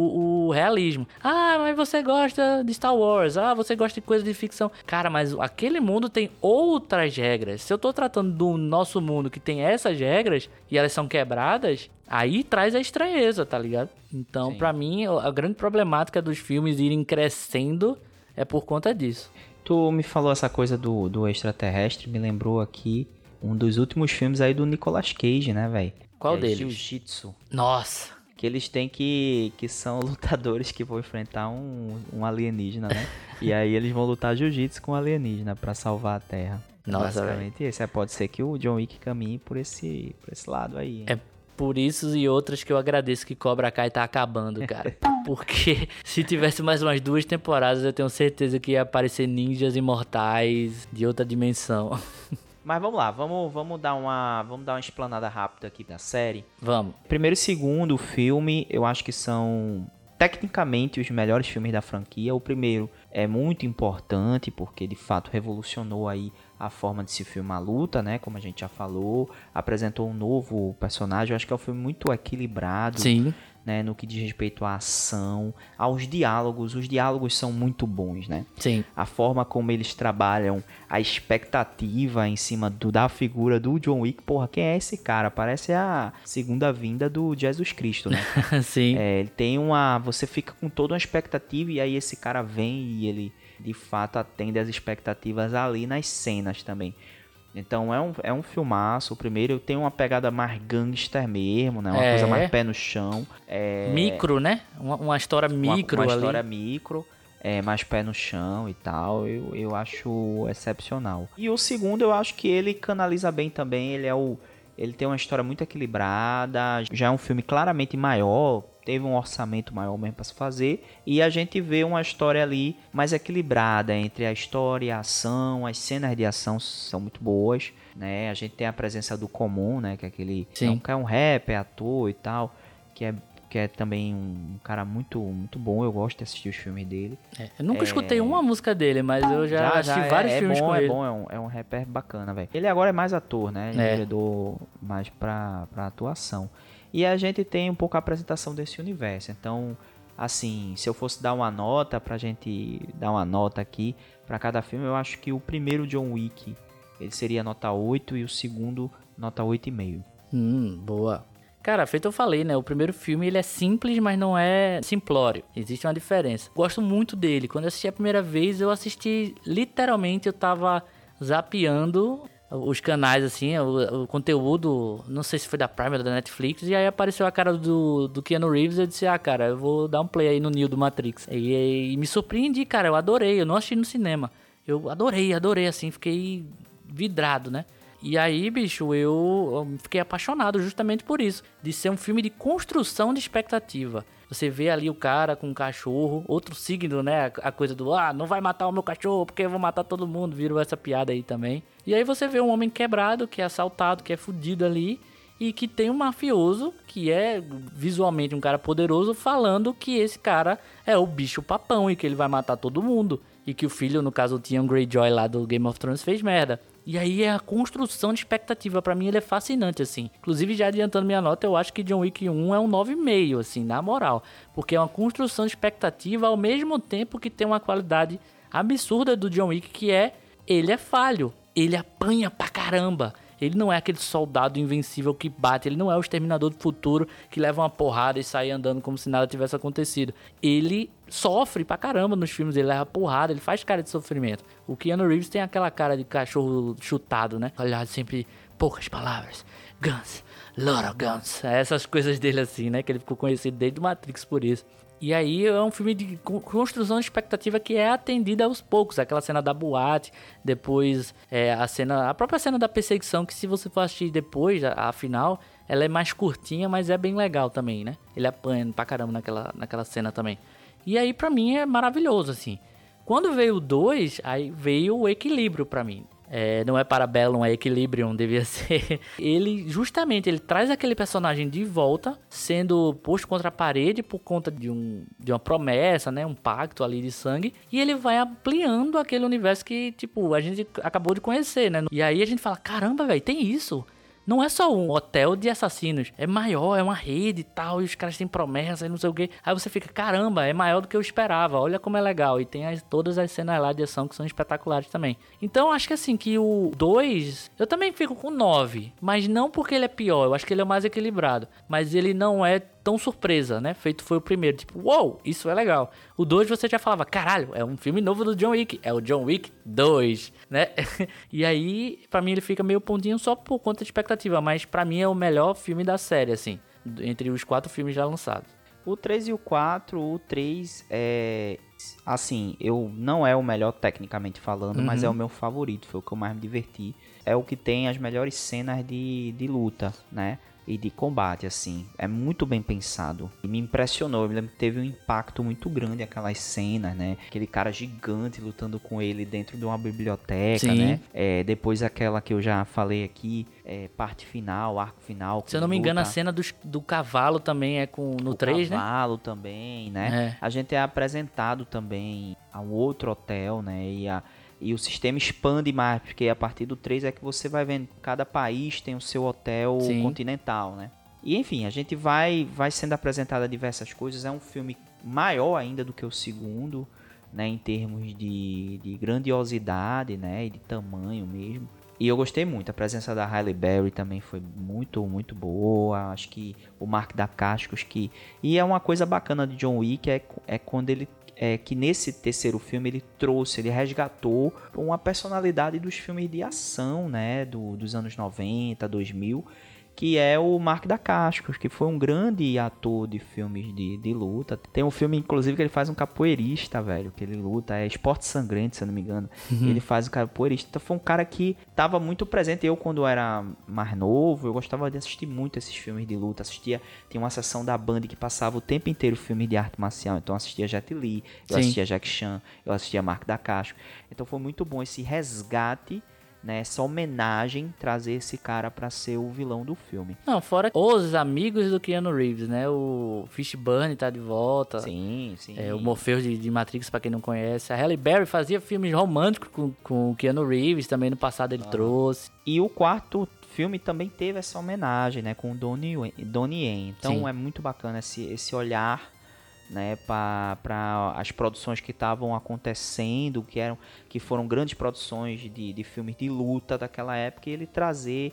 o realismo. Ah, mas você gosta de Star Wars. Ah, você gosta de coisa de ficção. Cara, mas aquele mundo tem outras regras. Se eu tô tratando do nosso mundo que tem essas regras, e elas são quebradas, aí traz a estranheza, tá ligado? Então, Sim. pra mim, a grande problemática dos filmes irem crescendo é por conta disso. Tu me falou essa coisa do extraterrestre, me lembrou aqui um dos últimos filmes aí do Nicolas Cage, né, velho? Qual É deles? Jiu-Jitsu. Nossa! Que eles têm que são lutadores que vão enfrentar um alienígena, né? E aí eles vão lutar jiu-jitsu com o alienígena pra salvar a Terra. Nossa, basicamente esse. Pode ser que o John Wick caminhe por esse lado aí. Hein? É por isso e outras que eu agradeço que Cobra Kai tá acabando, cara. Porque se tivesse mais umas 2 temporadas, eu tenho certeza que ia aparecer ninjas imortais de outra dimensão. Mas vamos lá, vamos dar uma explanada rápida aqui da série. Vamos. Primeiro e segundo filme, eu acho que são tecnicamente os melhores filmes da franquia. O primeiro é muito importante porque de fato revolucionou aí a forma de se filmar a luta, né? Como a gente já falou, apresentou um novo personagem. Eu acho que é um filme muito equilibrado. Sim. Né, no que diz respeito à ação, aos diálogos. Os diálogos são muito bons, né? Sim. A forma como eles trabalham a expectativa em cima da figura do John Wick. Porra, quem é esse cara? Parece a segunda vinda do Jesus Cristo, né? Sim. Ele tem uma... Você fica com toda uma expectativa e aí esse cara vem e ele, de fato, atende as expectativas ali nas cenas também. Então é um filmaço. O primeiro tem uma pegada mais gangster mesmo, né? Uma coisa mais pé no chão. Micro, né? Uma história micro uma ali. história micro, mais pé no chão e tal. Eu acho excepcional. E o segundo eu acho que ele canaliza bem também. Ele tem uma história muito equilibrada. Já é um filme claramente maior. Teve um orçamento maior mesmo para se fazer. E a gente vê uma história ali mais equilibrada entre a história e a ação. As cenas de ação são muito boas, né? A gente tem a presença do Common, né? Que é aquele... Sim. É um rapper, ator e tal. Que é também um cara muito, muito bom. Eu gosto de assistir os filmes dele. Eu nunca escutei uma música dele, mas eu já assisti vários filmes com ele. É um rapper bacana, velho. Ele agora é mais ator, né? Ele enveredou mais pra atuação. E a gente tem um pouco a apresentação desse universo. Então, assim, se eu fosse dar uma nota, pra gente dar uma nota aqui pra cada filme, eu acho que o primeiro John Wick, ele seria nota 8 e o segundo nota 8,5. Boa. Cara, feito eu falei, né? O primeiro filme, ele é simples, mas não é simplório. Existe uma diferença. Gosto muito dele. Quando eu assisti a primeira vez, eu assisti, literalmente, eu tava zapeando os canais, assim, o conteúdo, não sei se foi da Prime ou da Netflix, e aí apareceu a cara do Keanu Reeves, e eu disse, cara, eu vou dar um play aí no Neo do Matrix. E me surpreendi, cara, eu adorei, eu não assisti no cinema. Eu adorei, assim, fiquei vidrado, né? E aí, bicho, eu fiquei apaixonado justamente por isso, de ser um filme de construção de expectativa. Você vê ali o cara com um cachorro, outro signo, né? A coisa do, não vai matar o meu cachorro porque eu vou matar todo mundo, virou essa piada aí também. E aí você vê um homem quebrado, que é assaltado, que é fudido ali, e que tem um mafioso, que é visualmente um cara poderoso, falando que esse cara é o bicho papão e que ele vai matar todo mundo. E que o filho, no caso o Theon Greyjoy lá do Game of Thrones, fez merda. E aí é a construção de expectativa. Pra mim ele é fascinante, assim. Inclusive, já adiantando minha nota, eu acho que John Wick 1 é um 9,5, assim, na moral. Porque é uma construção de expectativa ao mesmo tempo que tem uma qualidade absurda do John Wick, que ele é falho. Ele apanha pra caramba. Ele não é aquele soldado invencível que bate. Ele não é o Exterminador do Futuro que leva uma porrada e sai andando como se nada tivesse acontecido. Ele sofre pra caramba nos filmes. Ele leva porrada, ele faz cara de sofrimento. O Keanu Reeves tem aquela cara de cachorro chutado, né? Olhar sempre poucas palavras. Guns, lot of guns. Essas coisas dele assim, né? Que ele ficou conhecido desde o Matrix por isso. E aí é um filme de construção de expectativa que é atendida aos poucos. Aquela cena da boate, depois a própria cena da perseguição, que se você for assistir depois, a final, ela é mais curtinha, mas é bem legal também, né? Ele apanha pra caramba naquela cena também. E aí pra mim é maravilhoso, assim. Quando veio o 2, aí veio o equilíbrio pra mim. Não é Parabellum, é Equilibrium, devia ser. Ele, justamente, ele traz aquele personagem de volta, sendo posto contra a parede por conta de uma promessa, né? Um pacto ali de sangue. E ele vai ampliando aquele universo que, tipo, a gente acabou de conhecer, né? E aí a gente fala, caramba, velho, tem isso. Não é só um hotel de assassinos, é maior, é uma rede e tal, e os caras têm promessas e não sei o que. Aí você fica, caramba, é maior do que eu esperava, olha como é legal. E tem todas as cenas lá de ação que são espetaculares também. Então acho que assim, que o 2, eu também fico com 9, mas não porque ele é pior, eu acho que ele é o mais equilibrado. Mas ele não é tão surpresa, né? Feito foi o primeiro, tipo, uou, isso é legal. O 2 você já falava, caralho, é um filme novo do John Wick, é o John Wick 2, né? E aí, pra mim ele fica meio pontinho só por conta de expectativa, mas pra mim é o melhor filme da série, assim, entre os 4 filmes já lançados. O 3 e o 4, o 3 é... Assim, não é o melhor tecnicamente falando, mas é o meu favorito, foi o que eu mais me diverti. É o que tem as melhores cenas de luta, né? E de combate, assim, é muito bem pensado. E me impressionou, eu me lembro que teve um impacto muito grande aquelas cenas, né? Aquele cara gigante lutando com ele dentro de uma biblioteca, Sim. né? Depois aquela que eu já falei aqui, parte final, arco final. Se eu não me engano, a cena do cavalo também é no 3, né? O cavalo também, né? A gente é apresentado também a um outro hotel, né? E o sistema expande mais, porque a partir do 3 é que você vai vendo cada país tem o seu hotel continental, né? E enfim, a gente vai sendo apresentado a diversas coisas. É um filme maior ainda do que o segundo, né? Em termos de grandiosidade, né? E de tamanho mesmo. E eu gostei muito. A presença da Halle Berry também foi muito, muito boa. Acho que o Mark Dacascos E é uma coisa bacana de John Wick é quando ele... que nesse terceiro filme ele resgatou uma personalidade dos filmes de ação, né, dos anos 90, 2000, que é o Mark Dacascos, que foi um grande ator de filmes de luta. Tem um filme, inclusive, que ele faz um capoeirista, velho, que ele luta, é Esporte Sangrento, se eu não me engano. Ele faz um capoeirista. Então foi um cara que estava muito presente. Eu, quando era mais novo, eu gostava de assistir muito esses filmes de luta. Tinha uma sessão da Band que passava o tempo inteiro filmes de arte marcial. Então eu assistia Jet Li, eu assistia Jack Chan, eu assistia Mark Dacascos. Então foi muito bom esse resgate, né, essa homenagem, trazer esse cara pra ser o vilão do filme. Não, fora os amigos do Keanu Reeves, né? O Fishburne tá de volta. Sim. O Morpheus de Matrix, pra quem não conhece. A Halle Berry fazia filmes românticos com o Keanu Reeves, também no passado ele trouxe. E o quarto filme também teve essa homenagem, né, com o Donnie Yen. Então é muito bacana esse olhar, né, para as produções que estavam acontecendo, que foram grandes produções de filmes de luta daquela época, e ele trazer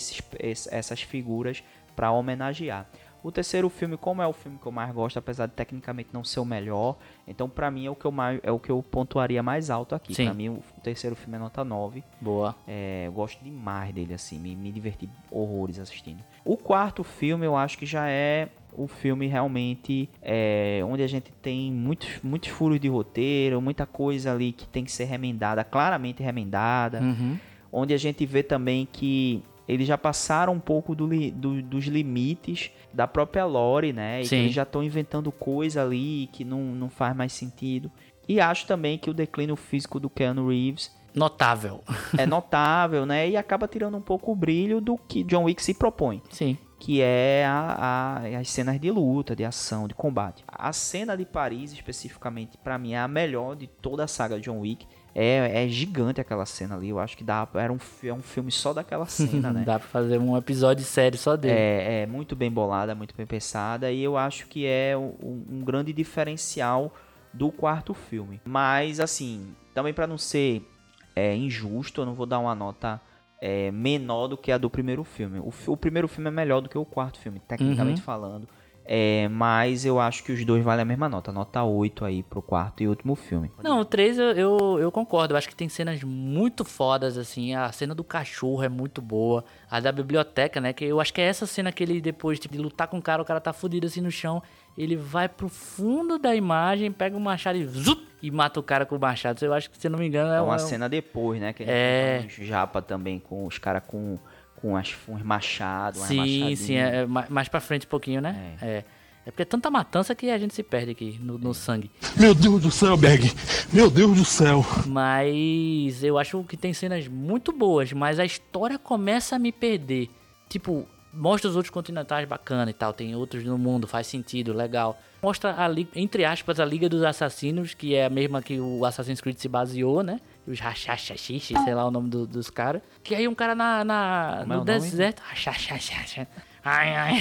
essas figuras para homenagear. O terceiro filme, como é o filme que eu mais gosto, apesar de tecnicamente não ser o melhor, então para mim é o que eu pontuaria mais alto aqui. Para mim o terceiro filme é nota 9. Boa. Eu gosto demais dele, assim, me diverti horrores assistindo. O quarto filme eu acho que já é o filme realmente onde a gente tem muitos furos de roteiro, muita coisa ali que tem que ser remendada, claramente remendada, onde a gente vê também que eles já passaram um pouco dos limites da própria lore, né? E que eles já estão inventando coisa ali que não faz mais sentido. E acho também que o declínio físico do Keanu Reeves notável. É notável, né? E acaba tirando um pouco o brilho do que John Wick se propõe. Sim. Que é as cenas de luta, de ação, de combate. A cena de Paris, especificamente, pra mim, é a melhor de toda a saga John Wick. É gigante aquela cena ali. Eu acho que é um filme só daquela cena, né? Dá pra fazer um episódio sério só dele. É muito bem bolada, muito bem pensada. E eu acho que é um grande diferencial do quarto filme. Mas, assim, também pra não ser injusto, eu não vou dar uma nota menor do que a do primeiro filme. O primeiro filme é melhor do que o quarto filme, tecnicamente falando. Mas eu acho que os dois valem a mesma nota. Nota 8 aí pro quarto e último filme. Não, o 3 eu concordo. Eu acho que tem cenas muito fodas, assim. A cena do cachorro é muito boa. A da biblioteca, né? Que eu acho que é essa cena que ele, depois de lutar com o cara tá fudido assim no chão. Ele vai pro fundo da imagem, pega o machado e mata o cara com o machado. Eu acho que, se não me engano, é uma cena depois, né? Que ele tem uns japa também, com os caras com uns machados. Sim, mais pra frente um pouquinho, né? É porque é tanta matança que a gente se perde aqui no sangue. Meu Deus do céu, Berg. Meu Deus do céu. Mas eu acho que tem cenas muito boas, mas a história começa a me perder. Tipo, mostra os outros continentais bacana e tal, tem outros no mundo, faz sentido, legal. Mostra, entre aspas, a Liga dos Assassinos, que é a mesma que o Assassin's Creed se baseou, né? Os Rachachachichi, sei lá o nome dos caras. Que aí um cara no deserto... Ai.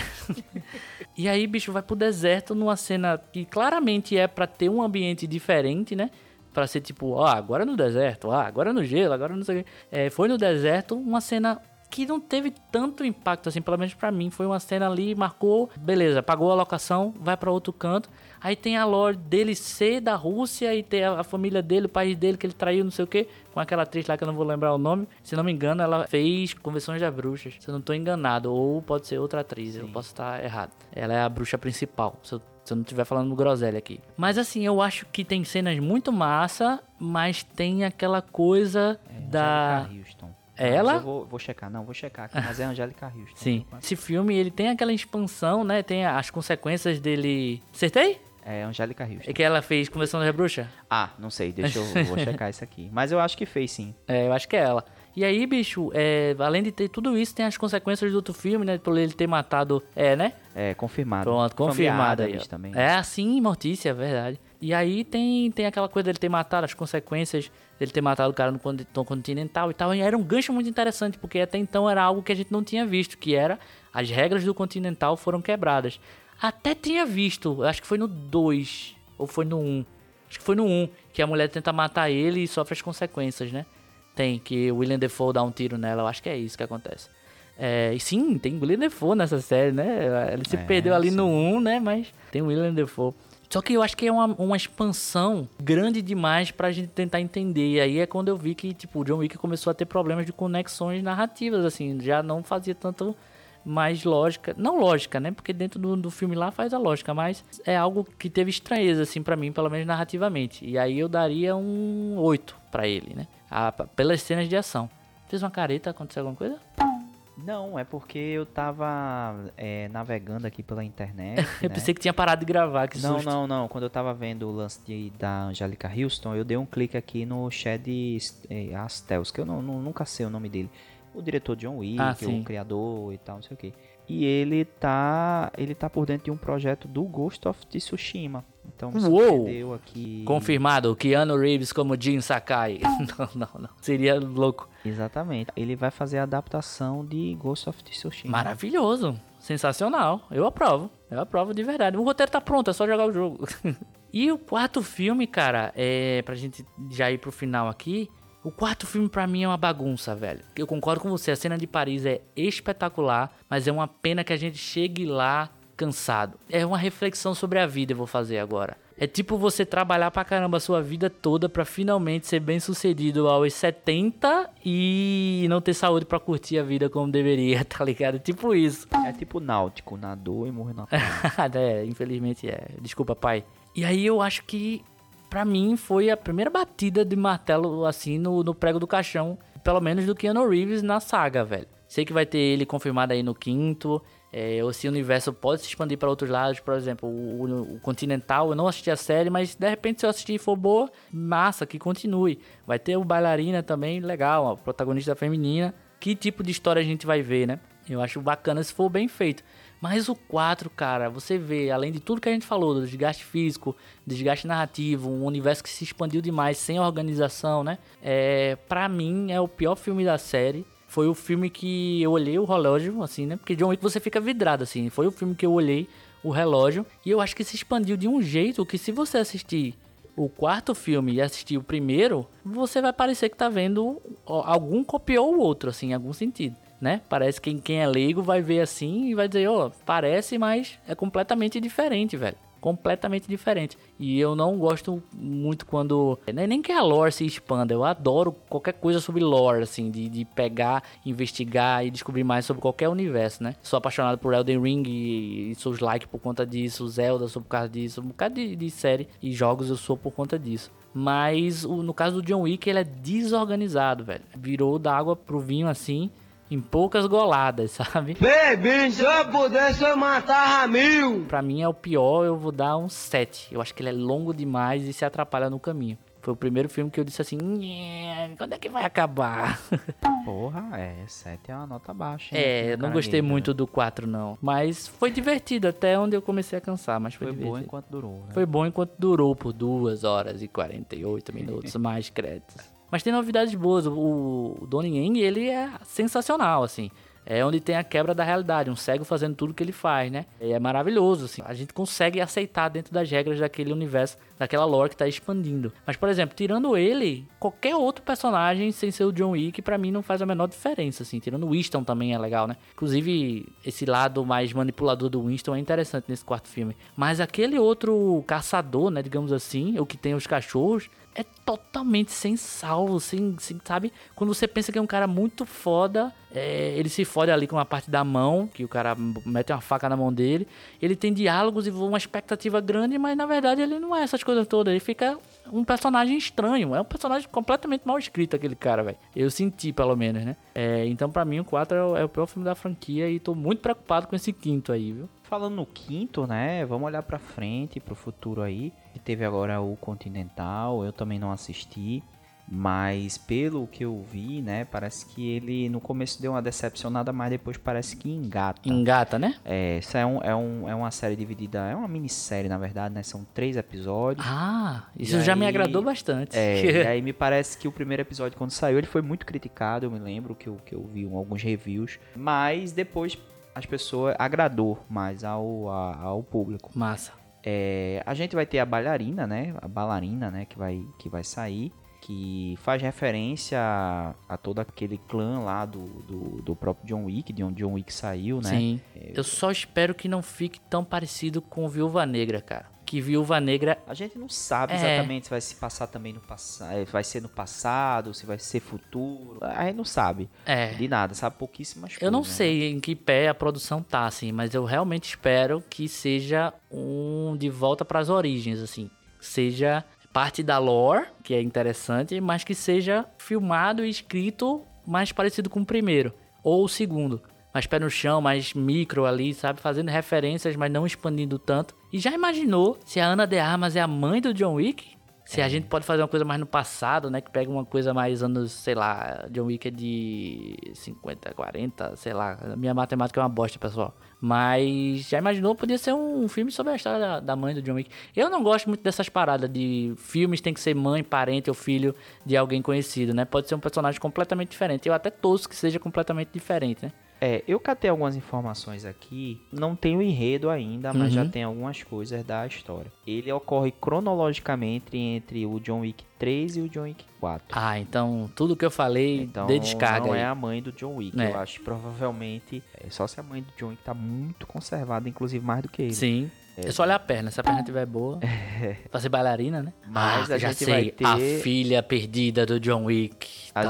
E aí, bicho, vai pro deserto numa cena que claramente é pra ter um ambiente diferente, né? Pra ser tipo, agora no deserto, agora no gelo, agora não sei o quê. Foi no deserto, uma cena que não teve tanto impacto, assim, pelo menos pra mim. Foi uma cena ali, marcou, beleza, pagou a locação, vai pra outro canto. Aí tem a lore dele ser da Rússia e ter a família dele, o país dele que ele traiu, não sei o que, com aquela atriz lá que eu não vou lembrar o nome. Se não me engano, ela fez Convenções das Bruxas, se eu não tô enganado, ou pode ser outra atriz, eu posso estar errado. Ela é a bruxa principal, se eu não estiver falando groselha aqui. Mas assim, eu acho que tem cenas muito massa, mas tem aquela coisa da... Angélica Houston. É ela? Eu vou checar, vou checar aqui, mas é a Angélica Houston. Sim. Esse filme, ele tem aquela expansão, né? Tem as consequências dele... Acertei? É Angélica Houston. É que ela fez Convenção das Bruxas? Não sei, vou checar isso aqui. Mas eu acho que fez, sim. Eu acho que é ela. E aí, bicho, além de ter tudo isso, tem as consequências do outro filme, né? Por ele ter matado, né? Confirmado. Pronto, confirmado aí. Também. Assim, Mortícia, é verdade. E aí tem aquela coisa dele ter matado, as consequências dele ter matado o cara no Continental e tal. E era um gancho muito interessante, porque até então era algo que a gente não tinha visto, que era as regras do Continental foram quebradas. Até tinha visto, acho que foi no 2, ou foi no 1. Acho que foi no 1, que a mulher tenta matar ele e sofre as consequências, né? Tem, que o William Dafoe dá um tiro nela, eu acho que é isso que acontece. E sim, tem William Dafoe nessa série, né? Ele se perdeu ali no 1, né? Mas tem o William Dafoe. Só que eu acho que é uma expansão grande demais pra gente tentar entender. E aí é quando eu vi que, tipo, o John Wick começou a ter problemas de conexões narrativas, assim. Já não fazia tanto mais lógica. Não lógica, né? Porque dentro do filme lá faz a lógica. Mas é algo que teve estranheza, assim, pra mim, pelo menos narrativamente. E aí eu daria um 8 pra ele, né? Pelas cenas de ação. Fez uma careta? Aconteceu alguma coisa? Não, é porque eu tava navegando aqui pela internet. Eu pensei que tinha parado de gravar, que susto. Não. Quando eu tava vendo o lance da Angélica Houston, eu dei um clique aqui no Chad Astels, que eu nunca sei o nome dele. O diretor John Wick, o criador e tal, não sei o que. E ele tá por dentro de um projeto do Ghost of Tsushima. Então me surpreendeu aqui. Confirmado, Keanu Reeves como Jin Sakai. Não. Seria louco. Exatamente. Ele vai fazer a adaptação de Ghost of Tsushima. Maravilhoso. Sensacional. Eu aprovo de verdade. O roteiro tá pronto, é só jogar o jogo. E o quarto filme, cara, pra gente já ir pro final aqui. O quarto filme pra mim é uma bagunça, velho. Eu concordo com você, a cena de Paris é espetacular, mas é uma pena que a gente chegue lá cansado. É uma reflexão sobre a vida eu vou fazer agora. É tipo você trabalhar pra caramba a sua vida toda pra finalmente ser bem sucedido aos 70 e não ter saúde pra curtir a vida como deveria, tá ligado? Tipo isso. É tipo náutico, nadou e morreu na praia. Infelizmente é. Desculpa, pai. E aí eu acho que pra mim foi a primeira batida de martelo assim no prego do caixão, pelo menos do Keanu Reeves na saga, velho. Sei que vai ter ele confirmado aí no quinto. Ou se o universo pode se expandir para outros lados, por exemplo, o Continental, eu não assisti a série, mas de repente se eu assistir e for boa, massa, que continue. Vai ter o Bailarina também, legal, a protagonista feminina. Que tipo de história a gente vai ver, né? Eu acho bacana se for bem feito. Mas o 4, cara, você vê, além de tudo que a gente falou, do desgaste físico, desgaste narrativo, um universo que se expandiu demais, sem organização, né? Pra mim, é o pior filme da série. Foi o filme que eu olhei o relógio, assim, né? Porque John Wick você fica vidrado, assim. Foi o filme que eu olhei o relógio. E eu acho que se expandiu de um jeito que se você assistir o quarto filme e assistir o primeiro, você vai parecer que tá vendo algum copiou o outro, assim, em algum sentido, né? Parece que quem é leigo vai ver assim e vai dizer, parece, mas é completamente diferente, velho. Completamente diferente. E eu não gosto muito quando... Nem que a lore se expanda. Eu adoro qualquer coisa sobre lore, assim. De pegar, investigar e descobrir mais sobre qualquer universo, né? Sou apaixonado por Elden Ring e Souls Like por conta disso. Zelda sou por causa disso. Um bocado de série e jogos eu sou por conta disso. Mas no caso do John Wick, ele é desorganizado, velho. Virou da água pro vinho, assim. em poucas goladas, sabe? Baby, se eu pudesse eu matava 1000. Pra mim é o pior, eu vou dar um 7. Eu acho que ele é longo demais e se atrapalha no caminho. Foi o primeiro filme que eu disse assim, quando é que vai acabar? Porra, 7 é uma nota baixa. Hein, Eu não gostei muito do 4 não, mas foi divertido até onde eu comecei a cansar, mas foi divertido. Bom enquanto durou, né? Foi bom enquanto durou por 2 horas e 48 minutos, mais créditos. Mas tem novidades boas, o Donnie Yen, ele é sensacional, assim. É onde tem a quebra da realidade, um cego fazendo tudo que ele faz, né? E é maravilhoso, assim. A gente consegue aceitar dentro das regras daquele universo, daquela lore que tá expandindo. Mas, por exemplo, tirando ele, qualquer outro personagem sem ser o John Wick, pra mim não faz a menor diferença, assim. Tirando o Winston também é legal, né? Inclusive, esse lado mais manipulador do Winston é interessante nesse quarto filme. Mas aquele outro caçador, né, digamos assim, o que tem os cachorros, é totalmente sem salvo, sem, sabe? Quando você pensa que é um cara muito foda, ele se fode ali com uma parte da mão, que o cara mete uma faca na mão dele. Ele tem diálogos e uma expectativa grande, mas na verdade ele não é essas coisas todas. Ele fica um personagem estranho. É um personagem completamente mal escrito, aquele cara, velho. Eu senti, pelo menos, né? Então, pra mim, o 4 é o pior filme da franquia e tô muito preocupado com esse quinto aí, viu? Falando no quinto, né, vamos olhar pra frente, pro futuro aí. Teve agora o Continental, eu também não assisti, mas pelo que eu vi, né, parece que ele no começo deu uma decepcionada, mas depois parece que engata. Engata, né? Isso é uma série dividida, é uma minissérie na verdade, né, são 3 episódios. Ah, isso já me agradou bastante. E aí me parece que o primeiro episódio quando saiu, ele foi muito criticado, eu me lembro que eu vi alguns reviews, mas depois as pessoas agradou mais ao público. Massa. A gente vai ter a bailarina, né? A bailarina, né? Que vai sair. Que faz referência a todo aquele clã lá do próprio John Wick, de onde John Wick saiu, né? Sim. Eu só espero que não fique tão parecido com Viúva Negra, cara. Que Viúva Negra... A gente não sabe exatamente se vai se passar também no passado, vai ser no passado, se vai ser futuro. A gente não sabe de nada, sabe pouquíssimas coisas. Eu não sei em que pé a produção tá, assim, mas eu realmente espero que seja de volta pras origens, assim. Seja parte da lore, que é interessante, mas que seja filmado e escrito mais parecido com o primeiro, ou o segundo. Mais pé no chão, mais micro ali, sabe? Fazendo referências, mas não expandindo tanto. E já imaginou se a Ana de Armas é a mãe do John Wick? Se a gente pode fazer uma coisa mais no passado, né? Que pega uma coisa mais anos, sei lá... John Wick é de 50, 40, sei lá. A minha matemática é uma bosta, pessoal. Mas já imaginou? Podia ser um filme sobre a história da mãe do John Wick. Eu não gosto muito dessas paradas de filmes tem que ser mãe, parente ou filho de alguém conhecido, né? Pode ser um personagem completamente diferente. Eu até torço que seja completamente diferente, né? Eu catei algumas informações aqui, não tenho enredo ainda, mas já tem algumas coisas da história. Ele ocorre cronologicamente entre o John Wick 3 e o John Wick 4. Ah, então tudo que eu falei, então, dê descarga não aí. É a mãe do John Wick, eu acho que provavelmente só se a mãe do John Wick tá muito conservada, inclusive mais do que ele. Sim. É só olhar a perna, se a perna estiver boa. Pra ser bailarina, né? Mas a já gente sei, vai ter... a filha perdida do John Wick. A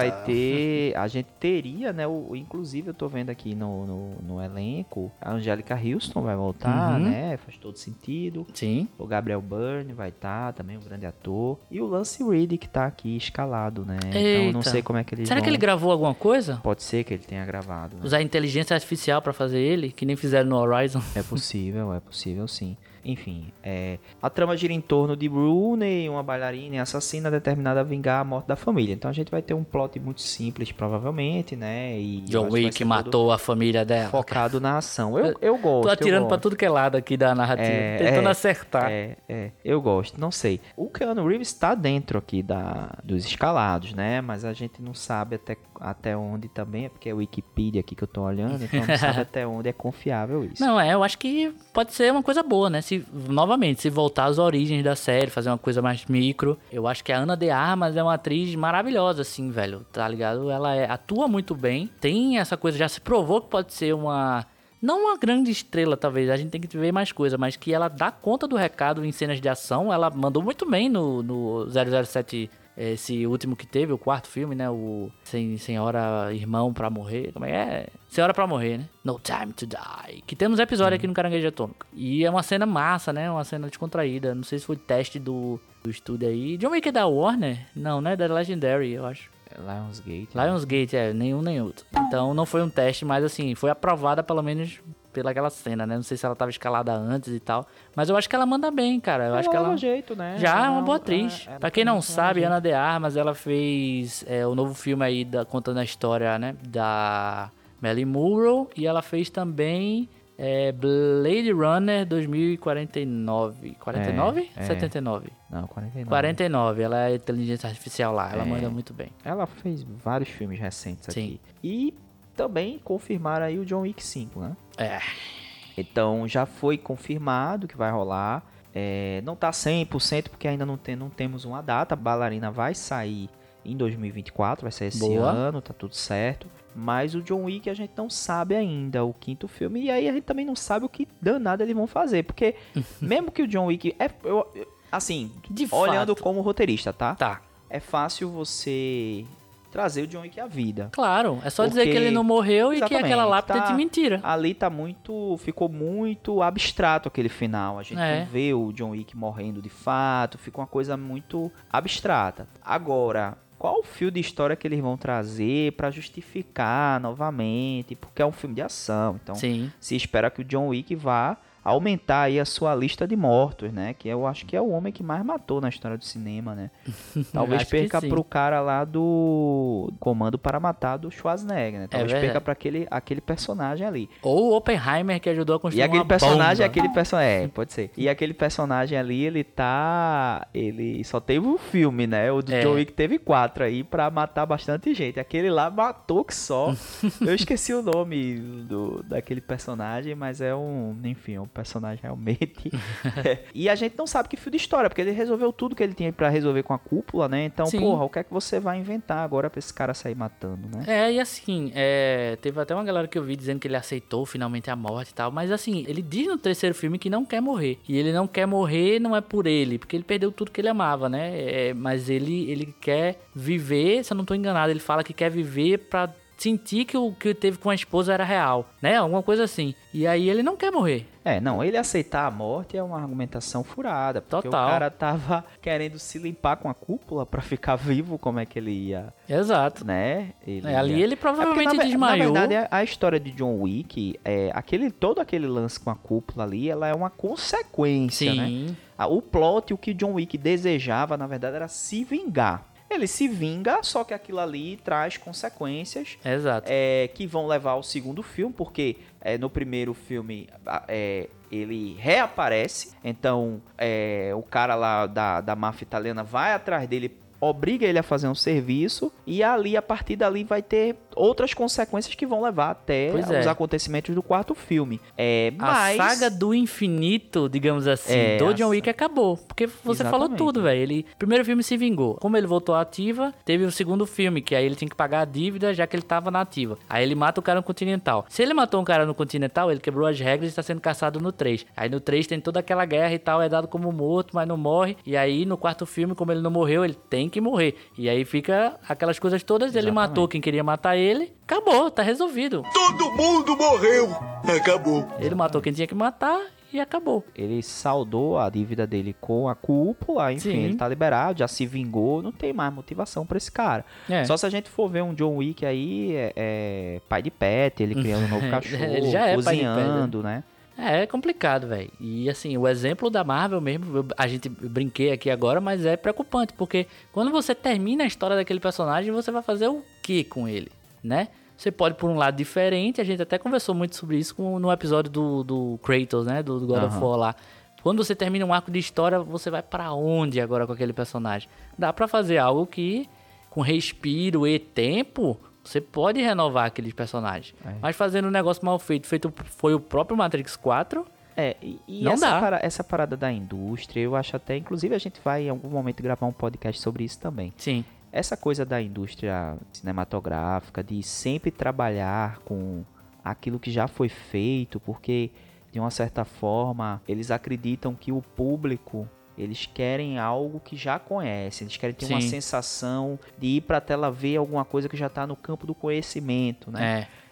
gente teria, né? Inclusive eu tô vendo aqui no elenco, a Angélica Houston vai voltar, né? Faz todo sentido. Sim. O Gabriel Byrne vai estar também, um grande ator. E o Lance Reddick que tá aqui escalado, né? Eita. Então eu não sei como é que eles Será que ele gravou alguma coisa? Pode ser que ele tenha gravado, né? Usar inteligência artificial pra fazer ele, que nem fizeram no Horizon. É possível sim. Enfim, a trama gira em torno de Rooney, uma bailarina e assassina determinada a vingar a morte da família. Então a gente vai ter um plot muito simples, provavelmente, né? E John Wick matou a família dela. Focado na ação. Eu gosto. Tô atirando pra tudo que é lado aqui da narrativa, tentando acertar. Eu gosto, não sei. O Keanu Reeves tá dentro aqui dos escalados, né? Mas a gente não sabe até onde também, porque é o Wikipedia aqui que eu tô olhando, então não sabe até onde é confiável isso. Não, eu acho que pode ser uma coisa boa, né? Novamente, se voltar às origens da série, fazer uma coisa mais micro. Eu acho que a Ana de Armas é uma atriz maravilhosa, assim, velho, tá ligado? Ela atua muito bem, tem essa coisa, já se provou que pode ser não uma grande estrela, talvez, a gente tem que ver mais coisa, mas que ela dá conta do recado em cenas de ação. Ela mandou muito bem no 007, esse último que teve, o quarto filme, né? O Senhora Irmão pra Morrer. Como é? Senhora pra Morrer, né? No Time to Die. Que temos episódio aqui no Caranguejo Atômico. E é uma cena massa, né? Uma cena descontraída. Não sei se foi teste do estúdio aí. John Wick é da Warner? Não, né? Da Legendary, eu acho. Lionsgate, nenhum nem outro. Então não foi um teste, mas assim, foi aprovada pelo menos pelaquela cena, né? Não sei se ela tava escalada antes e tal. Mas eu acho que ela manda bem, cara. Eu acho que ela leva jeito, né? já é uma boa atriz. Pra quem não sabe, jeito. Ana de Armas, ela fez o novo filme aí contando a história, né? Da Marilyn Monroe. E ela fez também Blade Runner 2049. 49? 79? Não, 49. 49. Ela é inteligência artificial lá. Ela manda muito bem. Ela fez vários filmes recentes Sim. aqui. E também confirmaram aí o John Wick 5, né? Então já foi confirmado que vai rolar. Não tá 100% porque ainda não temos uma data. A Bailarina vai sair em 2024, vai ser esse ano, tá tudo certo. Mas o John Wick a gente não sabe ainda, o 5º filme. E aí a gente também não sabe o que danado eles vão fazer. Porque mesmo que o John Wick... assim, de olhando fato, como roteirista, tá? Tá. É fácil você trazer o John Wick à vida. Claro, é só Porque- dizer que ele não morreu e que Exatamente, aquela lápide é de mentira. Ali ficou muito abstrato aquele final. A gente É. não vê o John Wick morrendo de fato, fica uma coisa muito abstrata. Agora, qual o fio de história que eles vão trazer pra justificar novamente? Porque é um filme de ação, então Sim. se espera que o John Wick vá aumentar aí a sua lista de mortos, né? Que eu acho que é o homem que mais matou na história do cinema, né? Talvez Acho que perca sim. pro cara lá do Comando para Matar do Schwarzenegger, né? Talvez verdade. perca pra aquele personagem ali. Ou o Oppenheimer que ajudou a construir E aquele uma personagem, bomba. pode ser. E aquele personagem ali, ele só teve um filme, né? O do John Wick teve 4 aí pra matar bastante gente. Aquele lá matou que só. Eu esqueci o nome daquele personagem, mas enfim, um personagem realmente. E a gente não sabe que fio de história, porque ele resolveu tudo que ele tinha pra resolver com a cúpula, né? Então, Sim. porra, o que é que você vai inventar agora pra esse cara sair matando, né? E assim, teve até uma galera que eu vi dizendo que ele aceitou finalmente a morte e tal, mas assim, ele diz no terceiro filme que não quer morrer. E ele não quer morrer não é por ele, porque ele perdeu tudo que ele amava, né? Mas ele quer viver, se eu não tô enganado, ele fala que quer viver pra sentir que o que teve com a esposa era real, né? Alguma coisa assim. E aí ele não quer morrer. Não, ele aceitar a morte é uma argumentação furada, porque Total. o cara tava querendo se limpar com a cúpula pra ficar vivo, como é que ele ia, Exato. né? Ali ele provavelmente porque, desmaiou. Na verdade, a história de John Wick, todo aquele lance com a cúpula ali, ela é uma consequência, né? Sim. O plot, o que John Wick desejava, na verdade, era se vingar. Ele se vinga, só que aquilo ali traz consequências Exato. que vão levar ao segundo filme, porque no primeiro filme ele reaparece, então o cara lá da máfia italiana vai atrás dele, obriga ele a fazer um serviço, e ali, a partir dali, vai ter outras consequências que vão levar até Pois os acontecimentos do quarto filme. Mas A saga do infinito, digamos assim, do John Wick acabou. Porque você falou Exatamente. tudo, velho. Primeiro filme se vingou. Como ele voltou à ativa, teve o segundo filme, que aí ele tinha que pagar a dívida, já que ele tava na ativa. Aí ele mata o cara no Continental. Se ele matou um cara no Continental, ele quebrou as regras e está sendo caçado no 3. Aí no 3 tem toda aquela guerra e tal, é dado como morto, mas não morre. E aí no quarto filme, como ele não morreu, ele tem que morrer. E aí fica aquelas coisas todas. Ele Exatamente. matou quem queria matar ele. Acabou, tá resolvido. Todo mundo morreu. Acabou. Ele matou quem tinha que matar e acabou. ele saldou a dívida dele com a cúpula, enfim, Sim. ele tá liberado, já se vingou, não tem mais motivação pra esse cara. Só se a gente for ver um John Wick aí, pai de pet, ele criando um novo cachorro, Ele já é pai de pet, cozinhando, né? É complicado, velho. E assim, o exemplo da Marvel mesmo, a gente brinquei aqui agora, mas é preocupante, porque quando você termina a história daquele personagem, você vai fazer o que com ele, né? Você pode ir por um lado diferente, a gente até conversou muito sobre isso no episódio do Kratos, né? Do God of War lá. Quando você termina um arco de história, você vai pra onde agora com aquele personagem? Dá pra fazer algo que, com respiro e tempo, você pode renovar aqueles personagens. Mas fazendo um negócio mal feito foi o próprio Matrix 4. E Não dá. essa parada da indústria, eu acho até, inclusive a gente vai em algum momento gravar um podcast sobre isso também. Sim. Essa coisa da indústria cinematográfica, de sempre trabalhar com aquilo que já foi feito, porque, de uma certa forma, eles acreditam que o público, eles querem algo que já conhecem, eles querem ter uma Sim. sensação de ir pra tela ver alguma coisa que já tá no campo do conhecimento, né?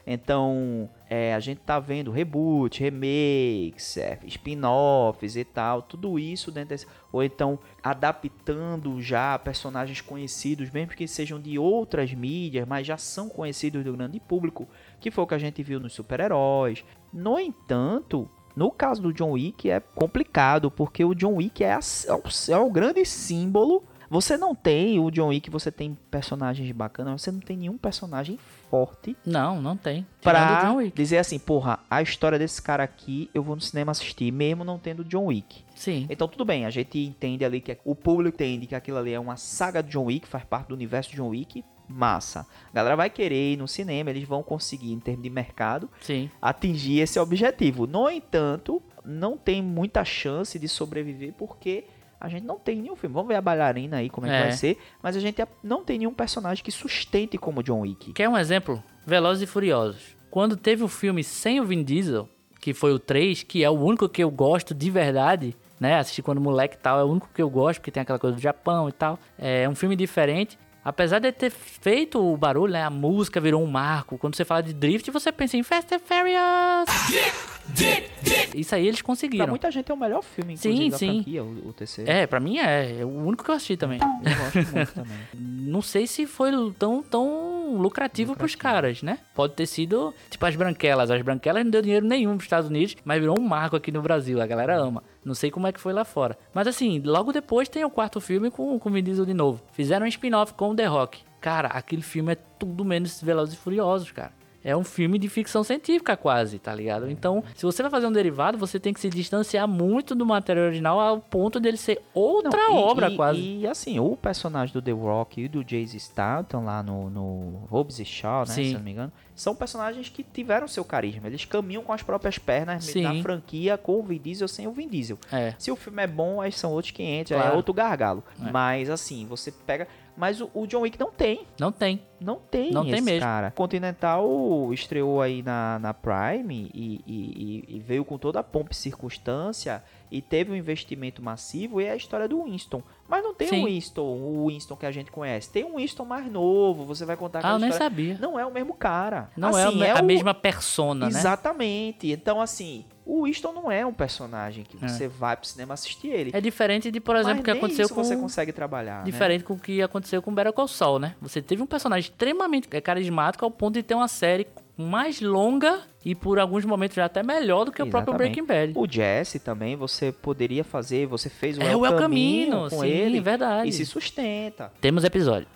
Então, a gente tá vendo reboot, remakes, spin-offs e tal, tudo isso dentro desse... Ou então, adaptando já personagens conhecidos, mesmo que sejam de outras mídias, mas já são conhecidos do grande público, que foi o que a gente viu nos super-heróis. No entanto, no caso do John Wick é complicado, porque o John Wick é o grande símbolo. Você não tem o John Wick, você tem personagens bacanas, você não tem nenhum personagem forte. Não tem. Pra John Wick. dizer assim, porra, a história desse cara aqui eu vou no cinema assistir, mesmo não tendo John Wick. Sim. Então tudo bem, a gente entende ali que o público entende que aquilo ali é uma saga de John Wick, faz parte do universo de John Wick. Massa. A galera vai querer ir no cinema, eles vão conseguir, em termos de mercado, Sim. atingir esse objetivo. No entanto, não tem muita chance de sobreviver porque a gente não tem nenhum filme. Vamos ver a bailarina aí, como é que vai ser. Mas a gente não tem nenhum personagem que sustente como John Wick. Quer um exemplo? Velozes e Furiosos. Quando teve o filme sem o Vin Diesel, que foi o 3, que é o único que eu gosto de verdade, né? Assisti quando moleque e tal, é o único que eu gosto, porque tem aquela coisa do Japão e tal. É um filme diferente. Apesar de ter feito o barulho, né? A música virou um marco. Quando você fala de drift, você pensa em Fast and Furious. Isso aí eles conseguiram. Pra muita gente é o melhor filme, inclusive, da franquia, o terceiro. Pra mim é o único que eu assisti também. Eu gosto muito também. Não sei se foi tão lucrativo pros caras, né? Pode ter sido, tipo, as Branquelas. As Branquelas não deu dinheiro nenhum pros Estados Unidos, mas virou um marco aqui no Brasil. A galera ama. Não sei como é que foi lá fora. Mas assim, logo depois tem o quarto filme com o Vin Diesel de novo. Fizeram um spin-off com o The Rock. Cara, aquele filme é tudo menos Velozes e Furiosos, cara. É um filme de ficção científica quase, tá ligado? Então, se você vai fazer um derivado, você tem que se distanciar muito do material original ao ponto dele ser outra obra quase. E assim, o personagem do The Rock e do Jason Statham lá no Hobbs e Shaw, né, Sim. se eu não me engano, são personagens que tiveram seu carisma. Eles caminham com as próprias pernas na franquia com o Vin Diesel ou sem o Vin Diesel. Se o filme é bom, aí são outros 500, claro. É outro gargalo. Mas assim, você pega... Mas o John Wick não tem. Não tem Esse mesmo. Cara. Continental estreou aí na Prime e veio com toda a pompa e circunstância e teve um investimento massivo e é a história do Winston. Mas não tem o Winston que a gente conhece. Tem um Winston mais novo, você vai contar aquela eu nem história. sabia. Não é o mesmo cara. Não assim, é a mesma persona, né? Exatamente. Então, assim... O Winston não é um personagem que você vai pro cinema assistir ele. É diferente de, por exemplo, o que aconteceu com... você consegue trabalhar, diferente né? com o que aconteceu com Better Call Saul, né? Você teve um personagem extremamente carismático ao ponto de ter uma série mais longa e por alguns momentos já até melhor do que o próprio Breaking Bad. O Jesse também, você poderia fazer, você fez o El Camino com sim, ele. Verdade. E se sustenta. Temos episódio.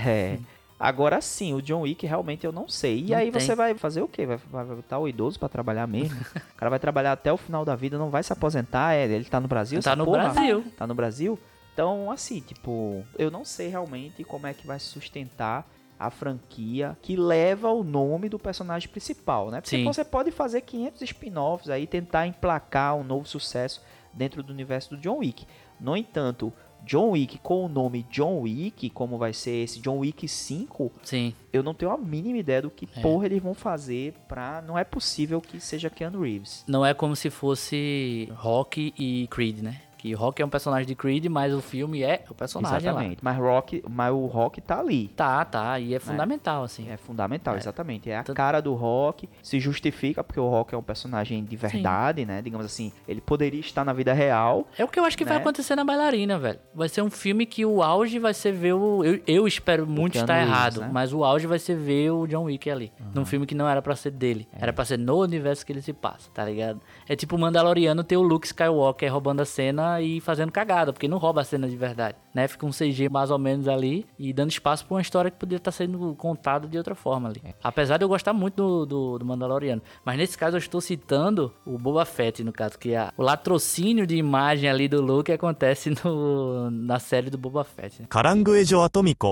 Agora sim, o John Wick realmente eu não sei. E aí você vai fazer o quê? Vai botar o idoso pra trabalhar mesmo? O cara vai trabalhar até o final da vida, não vai se aposentar. Ele tá no Brasil? Tá no Brasil. Tá no Brasil? Então, assim, tipo, eu não sei realmente como é que vai sustentar a franquia que leva o nome do personagem principal, né? Porque você pode fazer 500 spin-offs aí, tentar emplacar um novo sucesso dentro do universo do John Wick. No entanto... John Wick com o nome John Wick, como vai ser esse John Wick 5, eu não tenho a mínima ideia do que porra eles vão fazer pra... Não é possível que seja Keanu Reeves. Não é como se fosse Rocky e Creed, né? Que Rocky é um personagem de Creed, mas o filme é o personagem. Exatamente, mas o Rocky tá ali. Tá, e é fundamental, assim. É fundamental, exatamente. É a cara do Rocky, se justifica, porque o Rocky é um personagem de verdade, né? Digamos assim, ele poderia estar na vida real. É o que eu acho que vai acontecer na Bailarina, velho. Vai ser um filme que o auge vai ser ver o... Eu espero muito estar errado, né? Mas o auge vai ser ver o John Wick ali. Num filme que não era pra ser dele. Era pra ser no universo que ele se passa, tá ligado? É tipo o Mandaloriano ter o Luke Skywalker roubando a cena e fazendo cagada, porque não rouba a cena de verdade, né? Fica um CG mais ou menos ali e dando espaço pra uma história que poderia estar sendo contada de outra forma ali. Apesar de eu gostar muito do Mandaloriano. Mas nesse caso eu estou citando o Boba Fett, no caso, que o latrocínio de imagem ali do Luke acontece na série do Boba Fett. Né? Caranguejo atômico.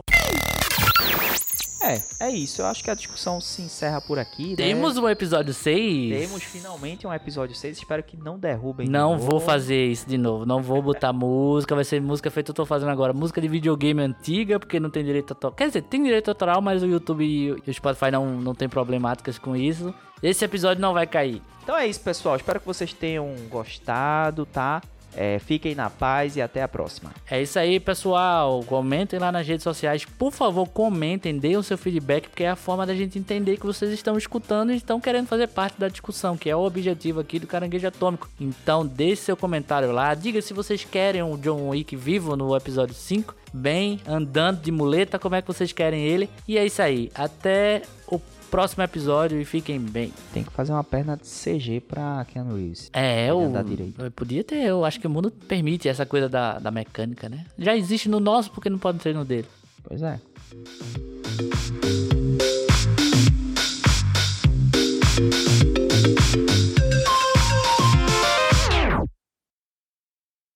É isso. Eu acho que a discussão se encerra por aqui. Temos um episódio 6. Temos finalmente um episódio 6. Espero que não derrubem. Não vou fazer isso de novo. Não vou botar música. Vai ser música feita eu tô fazendo agora. Música de videogame antiga, porque não tem direito autoral. Quer dizer, tem direito autoral, mas o YouTube e o Spotify não tem problemáticas com isso. Esse episódio não vai cair. Então é isso, pessoal. Espero que vocês tenham gostado, tá? Fiquem na paz e até a próxima. É isso aí, pessoal. Comentem lá nas redes sociais. Por favor, comentem, deem o seu feedback, porque é a forma da gente entender que vocês estão escutando e estão querendo fazer parte da discussão, que é o objetivo aqui do Caranguejo Atômico. Então, deixe seu comentário lá. Diga se vocês querem o John Wick vivo no episódio 5, bem, andando de muleta, como é que vocês querem ele. E é isso aí. Até o próximo episódio e fiquem bem. Tem que fazer uma perna de CG pra Keanu Reeves. Eu podia ter, eu acho que o mundo permite essa coisa da mecânica, né? Já existe no nosso, porque não pode ter no dele. Pois é.